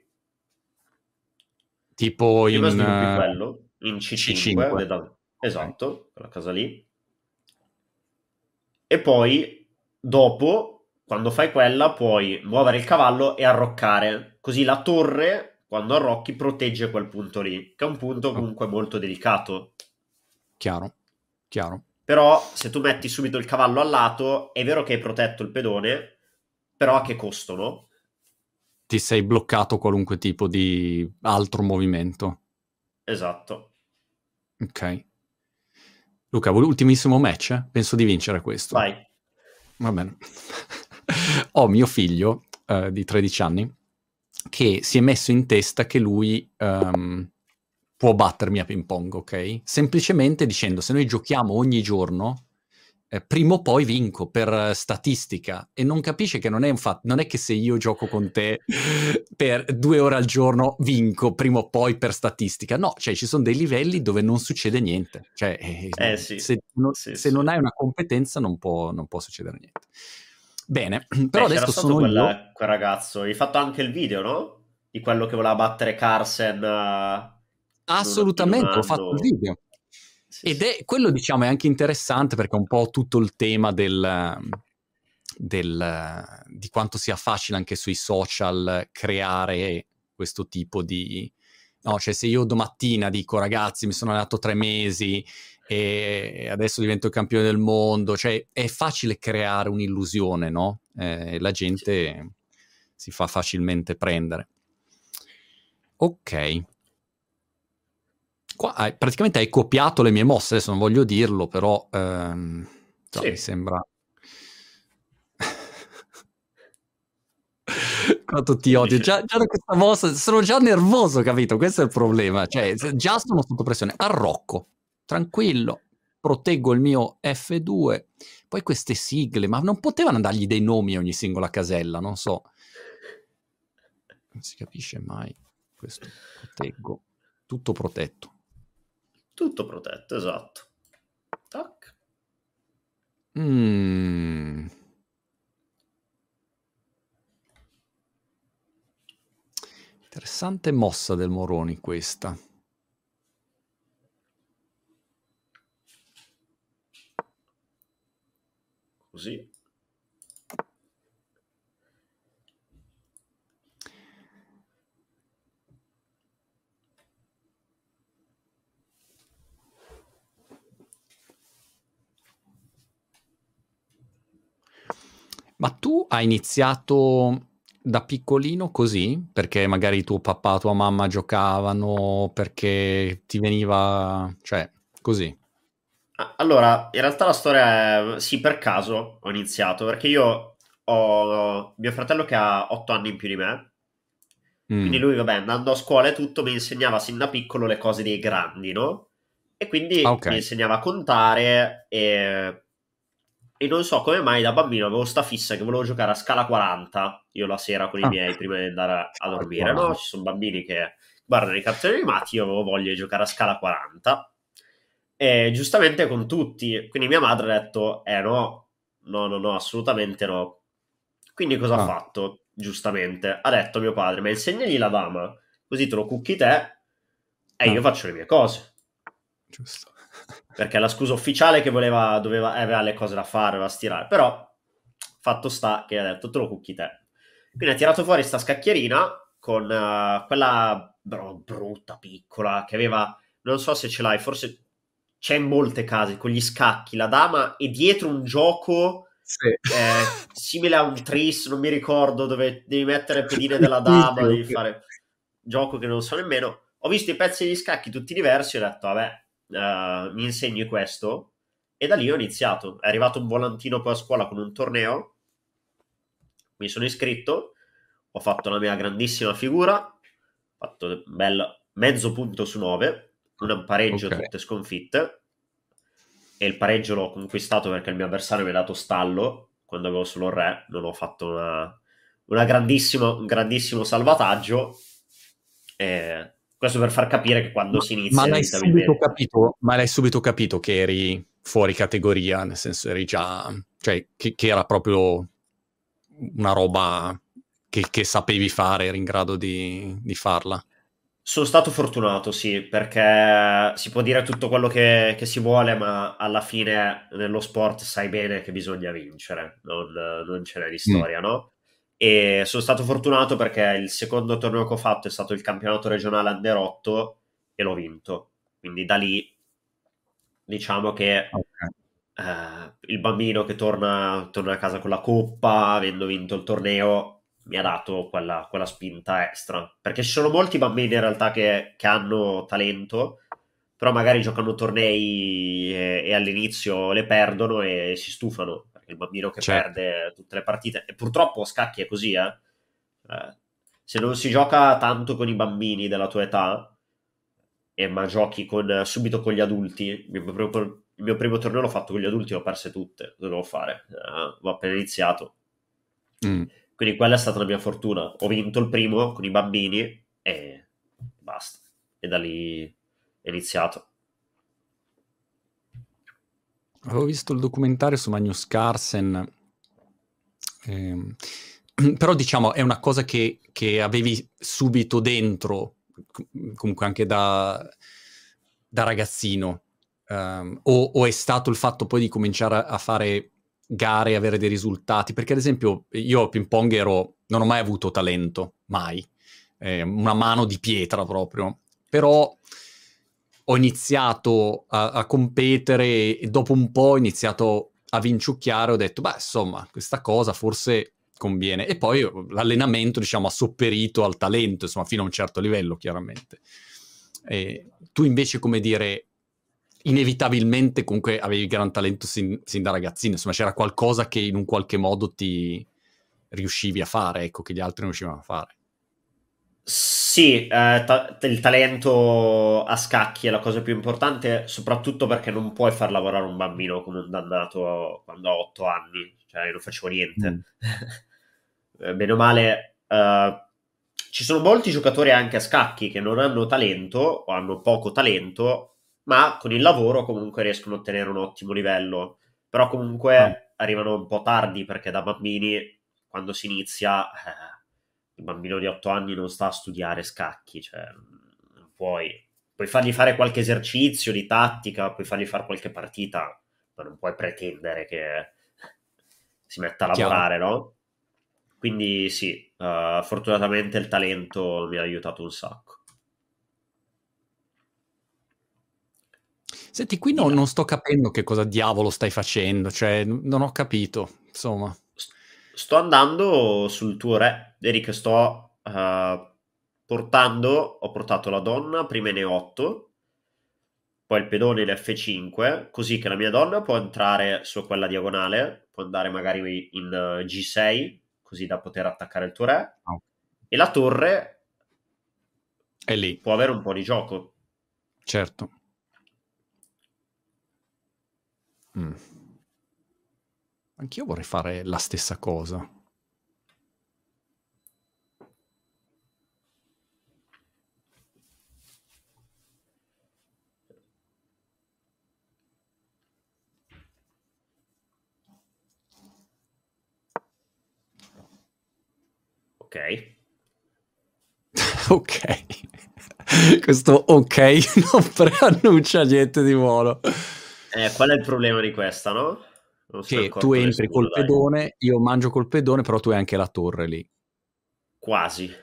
tipo prima in sviluppi uh, quello in C cinque, C cinque. vedo, Ok. esatto, quella cosa lì, e poi dopo quando fai quella puoi muovere il cavallo e arroccare, così la torre, quando arrocchi, protegge quel punto lì, che è un punto Oh, comunque molto delicato. chiaro, chiaro. Però se tu metti subito il cavallo al lato, è vero che hai protetto il pedone, però a che costo, no? Ti sei bloccato qualunque tipo di altro movimento. Esatto. Ok. Luca, ultimissimo match? Penso di vincere questo. Vai. Va bene. Ho mio figlio eh, di tredici anni che si è messo in testa che lui um, può battermi a ping pong, ok? Semplicemente dicendo, se noi giochiamo ogni giorno, eh, prima o poi vinco per uh, statistica, e non capisce che non è un fatto, non è che se io gioco con te per due ore al giorno vinco prima o poi per statistica, no, cioè ci sono dei livelli dove non succede niente, cioè eh, Eh sì, se, no, sì, se sì. non hai una competenza non può, non può succedere niente. Bene, però Beh, c'era adesso stato sono io. quel, quel ragazzo, hai fatto anche il video, no? Di quello che voleva battere Carlsen eh, in un, in un Assolutamente, ho fatto il anno. video. Sì, Ed sì. è quello, diciamo, è anche interessante perché è un po' tutto il tema del, del, di quanto sia facile anche sui social creare questo tipo di... No, cioè se io domattina dico ragazzi mi sono allenato tre mesi e adesso divento il campione del mondo, cioè è facile creare un'illusione, no? Eh, la Sì. gente si fa facilmente prendere. Ok. Qua hai, praticamente hai copiato le mie mosse, adesso non voglio dirlo, però ehm, so, mi Sì. sembra... Quanto ti Sì, odio, dice- già, già da questa mossa sono già nervoso, capito? Questo è il problema, cioè già sono sotto pressione, arrocco, tranquillo, proteggo il mio F due, poi queste sigle, ma non potevano dargli dei nomi a ogni singola casella, non so, non si capisce mai, questo proteggo, tutto protetto. Tutto protetto, esatto. Tac. Mm. Interessante mossa del Moroni questa. Così. Ma tu hai iniziato da piccolino così? Perché magari tuo papà, tua mamma giocavano, perché ti veniva... cioè, così. Ah, allora, in realtà la storia è... Sì, per caso ho iniziato, perché io ho mio fratello che ha otto anni in più di me, quindi Mm. lui, vabbè, andando a scuola e tutto, mi insegnava sin da piccolo le cose dei grandi, no? E Ah, quindi ok. mi insegnava a contare e... e non so come mai da bambino avevo sta fissa che volevo giocare a scala quaranta, io la sera con i Ah. miei prima di andare a Scala dormire, no? quaranta. Ci sono bambini che guardano i cartoni animati, io avevo voglia di giocare a scala quaranta. E giustamente con tutti, quindi mia madre ha detto, eh no, no, no, no, assolutamente no. Quindi cosa ha Ah, fatto? Giustamente, ha detto a mio padre, ma insegnagli la dama, così te lo cucchi te e io ah, faccio le mie cose. giusto. Perché la scusa ufficiale che voleva, doveva, aveva le cose da fare, doveva stirare, però fatto sta che ha detto, te lo cucchi te. Quindi ha tirato fuori sta scacchierina con uh, quella bro, brutta, piccola, che aveva, non so se ce l'hai, forse c'è in molte case, con gli scacchi, la dama e dietro un gioco Sì. eh, simile a un tris, non mi ricordo, dove devi mettere le pedine Sì, della sì, dama, sì, devi ok. fare gioco che non so nemmeno. Ho visto i pezzi degli scacchi tutti diversi, ho detto, vabbè, uh, mi insegni questo? E da lì ho iniziato. È arrivato un volantino poi a scuola con un torneo, mi sono iscritto, ho fatto la mia grandissima figura, ho fatto bel mezzo punto su nove, un pareggio, Ok. tutte sconfitte, e il pareggio l'ho conquistato perché il mio avversario mi ha dato stallo quando avevo solo il re, non ho fatto una, una grandissimo, un grandissimo salvataggio, e questo per far capire che quando Ma, si ma inizia l'hai subito inevitabilmente... capito? Ma l'hai subito capito che eri fuori categoria, nel senso eri già... cioè che, che era proprio una roba che, che sapevi fare, eri in grado di, di farla? Sono stato fortunato, sì, perché si può dire tutto quello che, che si vuole, ma alla fine nello sport sai bene che bisogna vincere, non, non ce n'è di Mm. storia, no? E sono stato fortunato perché il secondo torneo che ho fatto è stato il campionato regionale Under otto e l'ho vinto. Quindi da lì diciamo che Ok. eh, il bambino che torna, torna a casa con la coppa, avendo vinto il torneo, mi ha dato quella, quella spinta extra. Perché ci sono molti bambini in realtà che, che hanno talento, però magari giocano tornei e, e all'inizio le perdono e si stufano. Perché il bambino che Certo. perde tutte le partite, e purtroppo a scacchi è così, eh. Eh, se non si gioca tanto con i bambini della tua età, e ma giochi con, subito con gli adulti, il mio, primo, il mio primo torneo l'ho fatto con gli adulti, l'ho perse tutte, dovevo fare, eh, ho appena iniziato. Mm. Quindi quella è stata la mia fortuna. Ho vinto il primo con i bambini e basta. E da lì è iniziato. Avevo visto il documentario su Magnus Carlsen, ehm, però diciamo è una cosa che, che avevi subito dentro, com- comunque anche da, da ragazzino, ehm, o, o è stato il fatto poi di cominciare a, a fare gare e avere dei risultati? Perché ad esempio io a ping pong ero, non ho mai avuto talento, mai, eh, una mano di pietra proprio, però ho iniziato a, a competere e dopo un po' ho iniziato a vinciucchiare, ho detto, beh, insomma, questa cosa forse conviene. E poi l'allenamento, diciamo, ha sopperito al talento, insomma, fino a un certo livello, chiaramente. E tu invece, come dire, inevitabilmente comunque avevi gran talento sin, sin da ragazzino, insomma, c'era qualcosa che in un qualche modo ti riuscivi a fare, ecco, che gli altri non riuscivano a fare. Sì, eh, ta- il talento a scacchi è la cosa più importante, soprattutto perché non puoi far lavorare un bambino come un dannato quando ha otto anni, cioè io non facevo niente. Mm. Eh, Bene o male, eh, ci sono molti giocatori anche a scacchi che non hanno talento o hanno poco talento, ma con il lavoro comunque riescono a ottenere un ottimo livello. Però Ah, comunque arrivano un po' tardi perché da bambini, quando si inizia, eh, il bambino di otto anni non sta a studiare scacchi, cioè non puoi. Puoi fargli fare qualche esercizio di tattica, puoi fargli fare qualche partita, ma non puoi pretendere che si metta a chiaro. lavorare, no? Quindi sì, eh, fortunatamente il talento mi ha aiutato un sacco. Senti, qui Di no- là. non sto capendo che cosa diavolo stai facendo, cioè n- non ho capito, insomma. S- Sto andando sul tuo re, vedi che sto eh, portando, ho portato la donna prima in E otto, poi il pedone in F cinque, così che la mia donna può entrare su quella diagonale, può andare magari in eh, G sei, così da poter attaccare il tuo re, Ah, e la torre è lì, può avere un po' di gioco. certo. Mm. Anch'io vorrei fare la stessa cosa. Ok? Ok. Questo ok non preannuncia niente di buono. Eh, qual è il problema di questa, no? Non se n'è Che tu accorto entri nessuno, col dai. pedone, io mangio col pedone, però tu hai anche la torre lì. Quasi.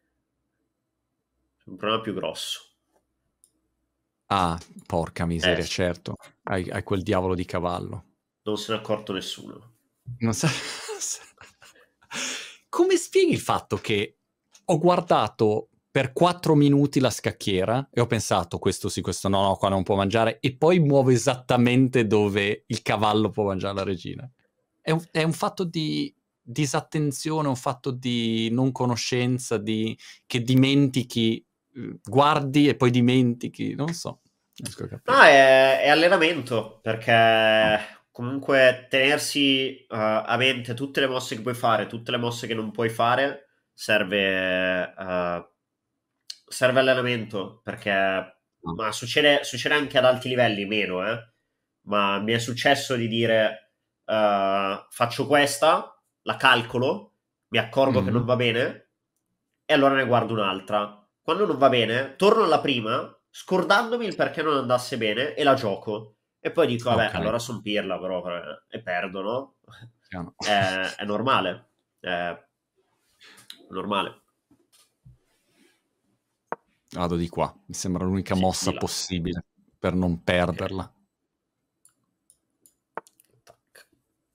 Un problema più grosso. Ah, porca Eh, miseria, sì. certo. Hai, hai quel diavolo di cavallo. Non se n'è accorto nessuno. Non sa... Come spieghi il fatto che ho guardato per quattro minuti la scacchiera e ho pensato questo sì, questo no, no, qua non può mangiare, e poi muovo esattamente dove il cavallo può mangiare la regina? È un, è un fatto di disattenzione, un fatto di non conoscenza, di che dimentichi, eh, guardi e poi dimentichi, non so, non riesco a No, capire. è, è allenamento, Ah, perché comunque tenersi eh, a mente tutte le mosse che puoi fare, tutte le mosse che non puoi fare, serve, eh, serve allenamento, perché no. ma succede, succede anche ad alti livelli, meno, eh. Ma mi è successo di dire eh, faccio questa, la calcolo, mi accorgo che non Mm. va bene, e allora ne guardo un'altra. quando non va bene, torno alla prima, scordandomi il perché non andasse bene, e la gioco. E poi dico, vabbè, Ok, allora son pirla, però, eh, e perdo, no? chiaro. È, è normale. È normale. Vado di qua, mi sembra l'unica Sì, mossa di là. possibile per non Ok. perderla. Tac.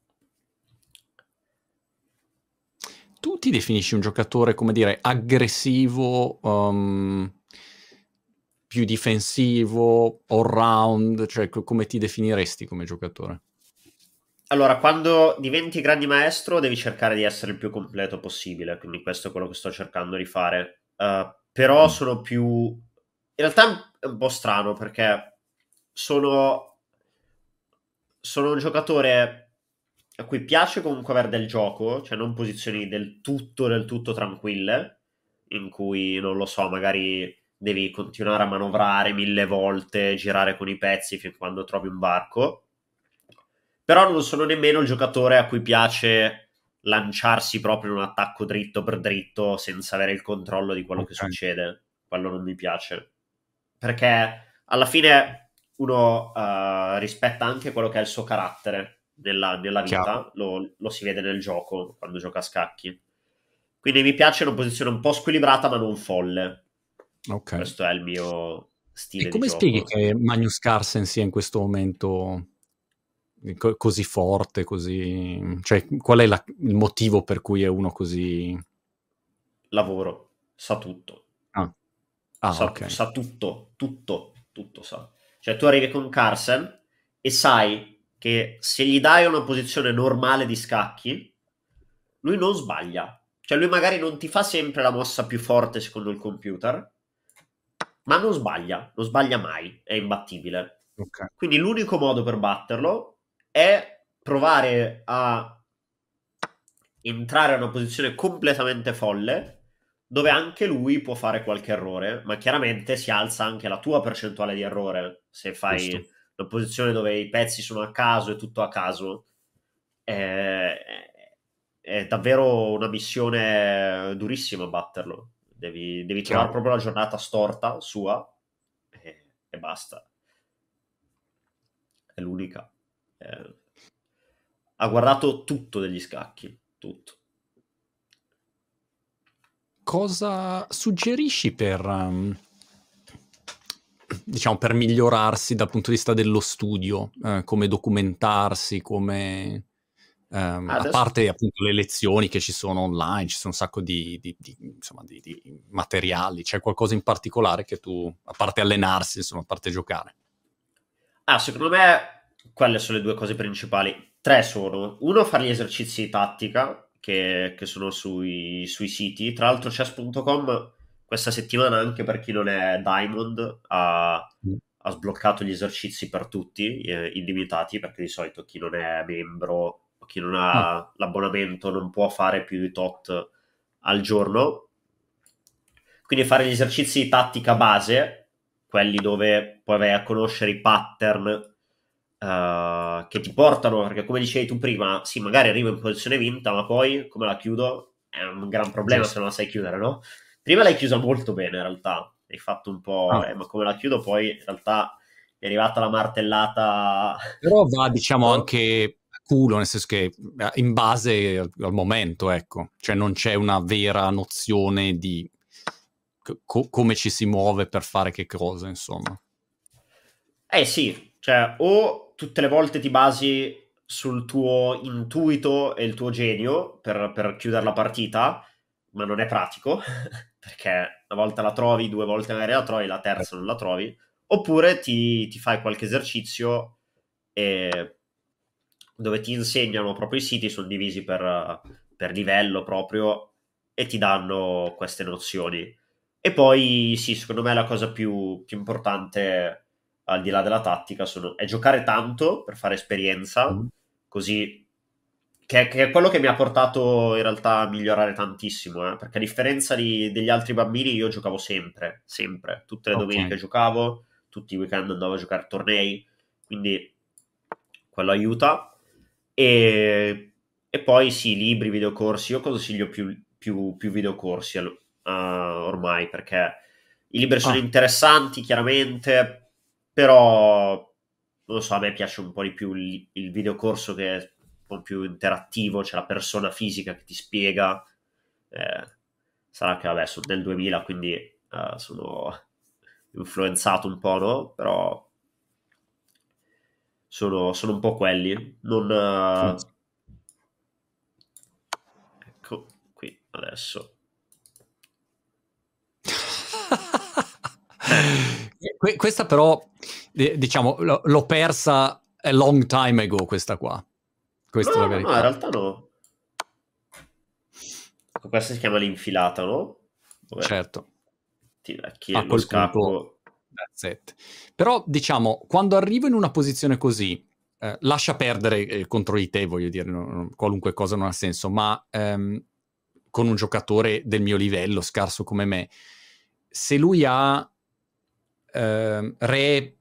Tu ti definisci un giocatore, come dire, aggressivo, um, più difensivo, all round, cioè co- come ti definiresti come giocatore? Allora, quando diventi grandi maestro devi cercare di essere il più completo possibile, quindi questo è quello che sto cercando di fare. Uh, però Mm. sono più... In realtà è un po' strano perché sono, sono un giocatore a cui piace comunque avere del gioco, cioè non posizioni del tutto, del tutto tranquille, in cui, non lo so, magari devi continuare a manovrare mille volte, girare con i pezzi fin quando trovi un varco. Però non sono nemmeno il giocatore a cui piace lanciarsi proprio in un attacco dritto per dritto senza avere il controllo di quello che Ok, succede. Quello non mi piace. Perché alla fine uno uh, rispetta anche quello che è il suo carattere nella, nella chiaro. vita, lo, lo si vede nel gioco quando gioca a scacchi. Quindi mi piace una posizione un po' squilibrata ma non folle. Ok. Questo è il mio E stile di come spieghi gioco. che Magnus Carlsen sia in questo momento co- così forte, così... Cioè, qual è la- il motivo per cui è uno così... Lavoro, sa tutto. Ah, ah, Sa, ok. sa tutto, tutto, tutto sa. Cioè tu arrivi con Carlsen e sai che se gli dai una posizione normale di scacchi, lui non sbaglia. Cioè lui magari non ti fa sempre la mossa più forte secondo il computer, ma non sbaglia, non sbaglia mai, è imbattibile. Ok. Quindi l'unico modo per batterlo è provare a entrare in una posizione completamente folle dove anche lui può fare qualche errore, ma chiaramente si alza anche la tua percentuale di errore se fai Giusto. una posizione dove i pezzi sono a caso e tutto a caso. È, è davvero una missione durissima batterlo. Devi, devi trovare Chiaro. proprio la giornata storta sua e, e basta. È l'unica. Eh, ha guardato tutto degli scacchi, tutto. Cosa suggerisci per, um, diciamo, per migliorarsi dal punto di vista dello studio? Eh, come documentarsi, come... ehm, a Adesso parte appunto le lezioni che ci sono online, ci sono un sacco di, di- di, insomma, di, di materiali, c'è qualcosa in particolare che tu, a parte allenarsi, insomma, a parte giocare? Ah, secondo me quelle sono le due cose principali. Tre sono. Uno, fare gli esercizi di tattica che, che sono sui, sui siti. Tra l'altro chess punto com questa settimana, anche per chi non è Diamond, ha, Mm. ha sbloccato gli esercizi per tutti, eh, illimitati, perché di solito chi non è membro o chi non Ah, ha l'abbonamento non può fare più di tot al giorno. Quindi fare gli esercizi di tattica base, quelli dove puoi vai a conoscere i pattern eh, che ti portano, perché come dicevi tu prima, sì, magari arrivo in posizione vinta, ma poi come la chiudo è un gran problema se giusto. non la sai chiudere, no? Prima l'hai chiusa molto bene in realtà, hai fatto un po', Ah. eh, ma come la chiudo poi in realtà è arrivata la martellata, Però va, diciamo, no? anche a culo, nel senso che eh, in base al, al momento, ecco, cioè non c'è una vera nozione di co- come ci si muove per fare che cosa, insomma. Eh sì, cioè o tutte le volte ti basi sul tuo intuito e il tuo genio per, per chiudere la partita, ma non è pratico, perché una volta la trovi, due volte magari la trovi, la terza non la trovi, oppure ti, ti fai qualche esercizio e- dove ti insegnano proprio i siti, sono divisi per, per livello proprio e ti danno queste nozioni. E poi sì, secondo me la cosa più, più importante al di là della tattica sono, è giocare tanto per fare esperienza, Mm. così che, che è quello che mi ha portato in realtà a migliorare tantissimo, eh, perché a differenza di- degli altri bambini io giocavo sempre, sempre, tutte le Ok. domeniche giocavo, tutti i weekend andavo a giocare tornei, quindi quello aiuta. E, e poi sì, libri, videocorsi, io consiglio più, più, più videocorsi al- uh, ormai, perché I libri sono Ah. interessanti, chiaramente, però, non lo so, a me piace un po' di più il, il videocorso che è un po' più interattivo, c'è la persona fisica che ti spiega. Eh, sarà che, vabbè, sono del duemila, quindi eh, sono influenzato un po', no? Però sono, sono un po' quelli. Non... eh, Funziona. ecco, qui, adesso. Que- questa però, eh, diciamo, l- l'ho persa a long time ago, questa qua. Questa è la No, no, no, in verità. realtà no. Ecco, questa si chiama l'infilata, no? Dove Certo. ti lecchi A lo quel punto, scacco. that's it. Però, diciamo, quando arrivo in una posizione così, eh, lascia perdere eh, contro di te, voglio dire, non- non- qualunque cosa non ha senso, ma ehm, con un giocatore del mio livello, scarso come me, se lui ha ehm, re,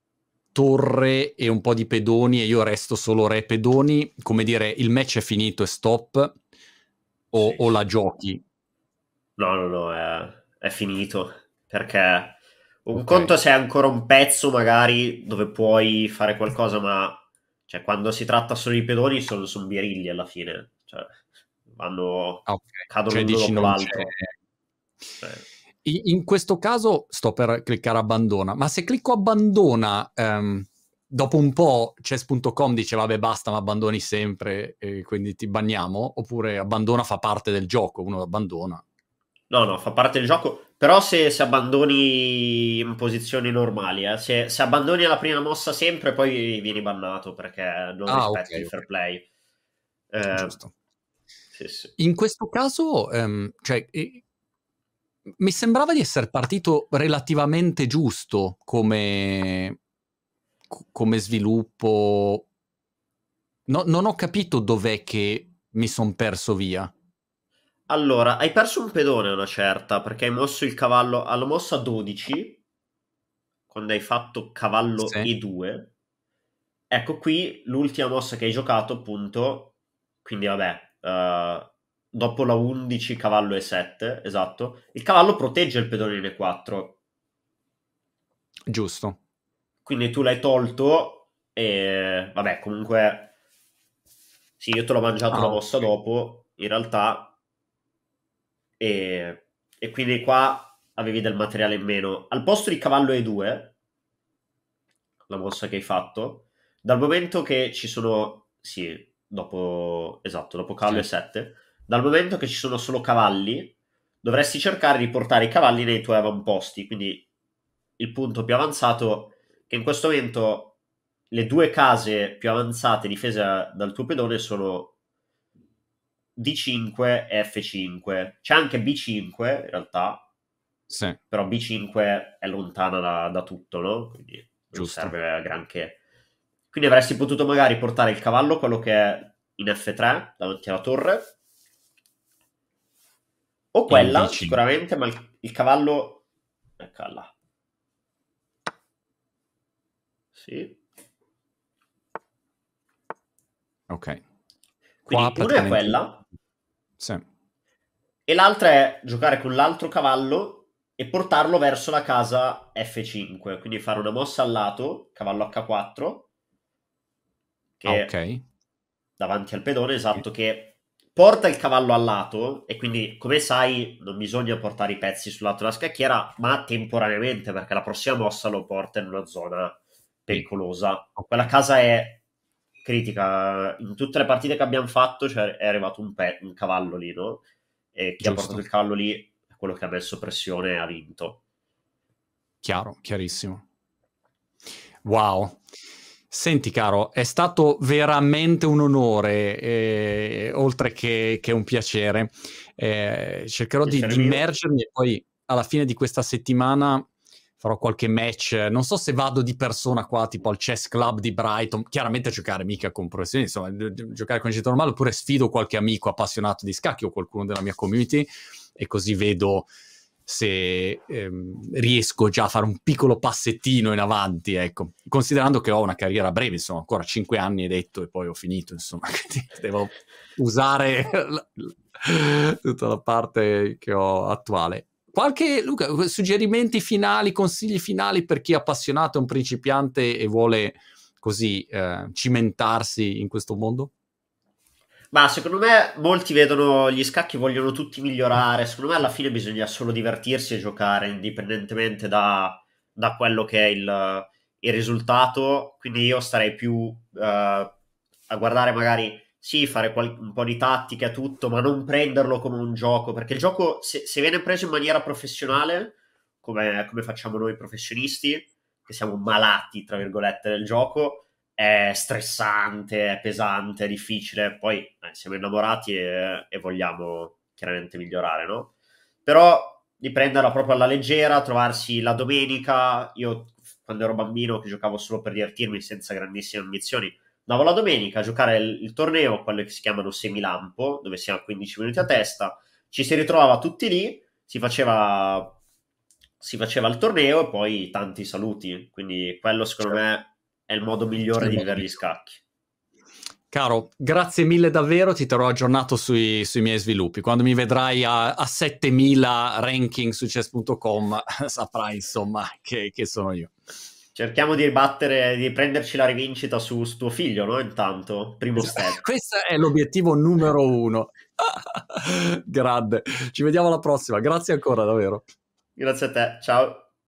torre e un po' di pedoni e io resto solo re pedoni, come dire, il match è finito e stop, o, Sì, o sì. la giochi. No, no, no, è, è finito. Perché un Ok, conto se è ancora un pezzo, magari, dove puoi fare qualcosa, ma cioè, quando si tratta solo di pedoni sono, sono birilli alla fine. Cioè, vanno, ah, ok. cadono Cioè uno dici dopo non c'è... l'altro. Cioè, I- In questo caso sto per cliccare abbandona, ma se clicco abbandona, ehm, dopo un po' chess punto com dice vabbè basta, ma abbandoni sempre e quindi ti banniamo, oppure abbandona fa parte del gioco, uno abbandona. no, no, fa parte del gioco. Però se, se abbandoni in posizioni normali, eh, se, se abbandoni alla prima mossa sempre, poi vieni bannato perché non Ah, ok, rispetti il ok, fair play. Eh, giusto. sì, sì. In questo caso, ehm, cioè, eh, mi sembrava di essere partito relativamente giusto come, co- come sviluppo. No- non ho capito dov'è che mi son perso via. Allora, hai perso un pedone una certa, perché hai mosso il cavallo alla mossa dodici, quando hai fatto cavallo Sì, e due. Ecco qui l'ultima mossa che hai giocato, appunto, quindi vabbè, eh, dopo la undici cavallo e sette, esatto, il cavallo protegge il pedone in e quattro, giusto. quindi tu l'hai tolto e vabbè, comunque sì, io te l'ho mangiato Ah, una mossa ok. dopo, in realtà, e, e quindi qua avevi del materiale in meno. Al posto di cavallo e due, la mossa che hai fatto, dal momento che ci sono, sì, dopo, esatto, dopo cavallo Sì. e sette, dal momento che ci sono solo cavalli, dovresti cercare di portare i cavalli nei tuoi avamposti, quindi il punto più avanzato, che in questo momento le due case più avanzate difese dal tuo pedone sono D cinque e F cinque. C'è anche B cinque, in realtà, Sì, però B cinque è lontana da, da tutto, no? Quindi non giusto. serve a granché. Quindi avresti potuto magari portare il cavallo, quello che è in F tre, davanti alla torre, o In quella, B cinque. sicuramente, ma il, il cavallo... Eccola là. Sì. Ok. Qua Quindi una è praticamente... quella, Sì. e l'altra è giocare con l'altro cavallo e portarlo verso la casa F cinque, quindi fare una mossa al lato, cavallo H quattro, Ah, ok. che davanti al pedone, Sì. esatto, che porta il cavallo al lato, e quindi, come sai, non bisogna portare i pezzi sul lato della scacchiera, ma temporaneamente, perché la prossima mossa lo porta in una zona Sì. pericolosa. Ok. Quella casa è critica. In tutte le partite che abbiamo fatto, cioè, è arrivato un, pe- un cavallo lì, no? E chi ha portato Giusto. il cavallo lì è quello che ha messo pressione e ha vinto. Chiaro, chiarissimo. Wow. Senti caro, è stato veramente un onore, eh, oltre che, che un piacere. Eh, cercherò di, Piacere di mio. immergermi e poi alla fine di questa settimana farò qualche match. Non so se vado di persona qua, tipo al Chess Club di Brighton, chiaramente a giocare mica con professionisti, insomma, d- d- giocare con gente normale, oppure sfido qualche amico appassionato di scacchi o qualcuno della mia community e così vedo se ehm, riesco già a fare un piccolo passettino in avanti, ecco, considerando che ho una carriera breve, insomma, ancora cinque anni hai detto e poi ho finito, insomma, quindi devo usare la, tutta la parte che ho attuale. Qualche, Luca, suggerimenti finali, consigli finali per chi è appassionato, è un principiante e vuole così eh, cimentarsi in questo mondo? Ma secondo me molti vedono gli scacchi, vogliono tutti migliorare. Secondo me alla fine bisogna solo divertirsi e giocare, indipendentemente da, da quello che è il, il risultato. Quindi io starei più eh, a guardare magari, sì, fare qual- un po' di tattica e tutto, ma non prenderlo come un gioco, perché il gioco, se, se viene preso in maniera professionale, come, come facciamo noi professionisti, che siamo malati, tra virgolette, del gioco, è stressante, è pesante, è difficile. Poi eh, siamo innamorati e, e vogliamo chiaramente migliorare, no? Però di prenderla proprio alla leggera, trovarsi la domenica. Io, quando ero bambino, che giocavo solo per divertirmi, senza grandissime ambizioni, andavo la domenica a giocare il, il torneo, quello che si chiamano semilampo, dove siamo a quindici minuti a testa. Ci si ritrovava tutti lì, si faceva, si faceva il torneo e poi tanti saluti. Quindi quello, secondo Certo. me, è il modo migliore Il di modo vivere gli migliore. scacchi. Caro, grazie mille davvero, ti terrò aggiornato sui, sui miei sviluppi. Quando mi vedrai a, a settemila ranking su chess punto com saprai insomma che, che sono io. Cerchiamo di battere, di prenderci la rivincita su, su tuo figlio, no? Intanto, primo step. Questo è l'obiettivo numero uno. Grande. Ci vediamo alla prossima. Grazie ancora, davvero. Grazie a te, ciao.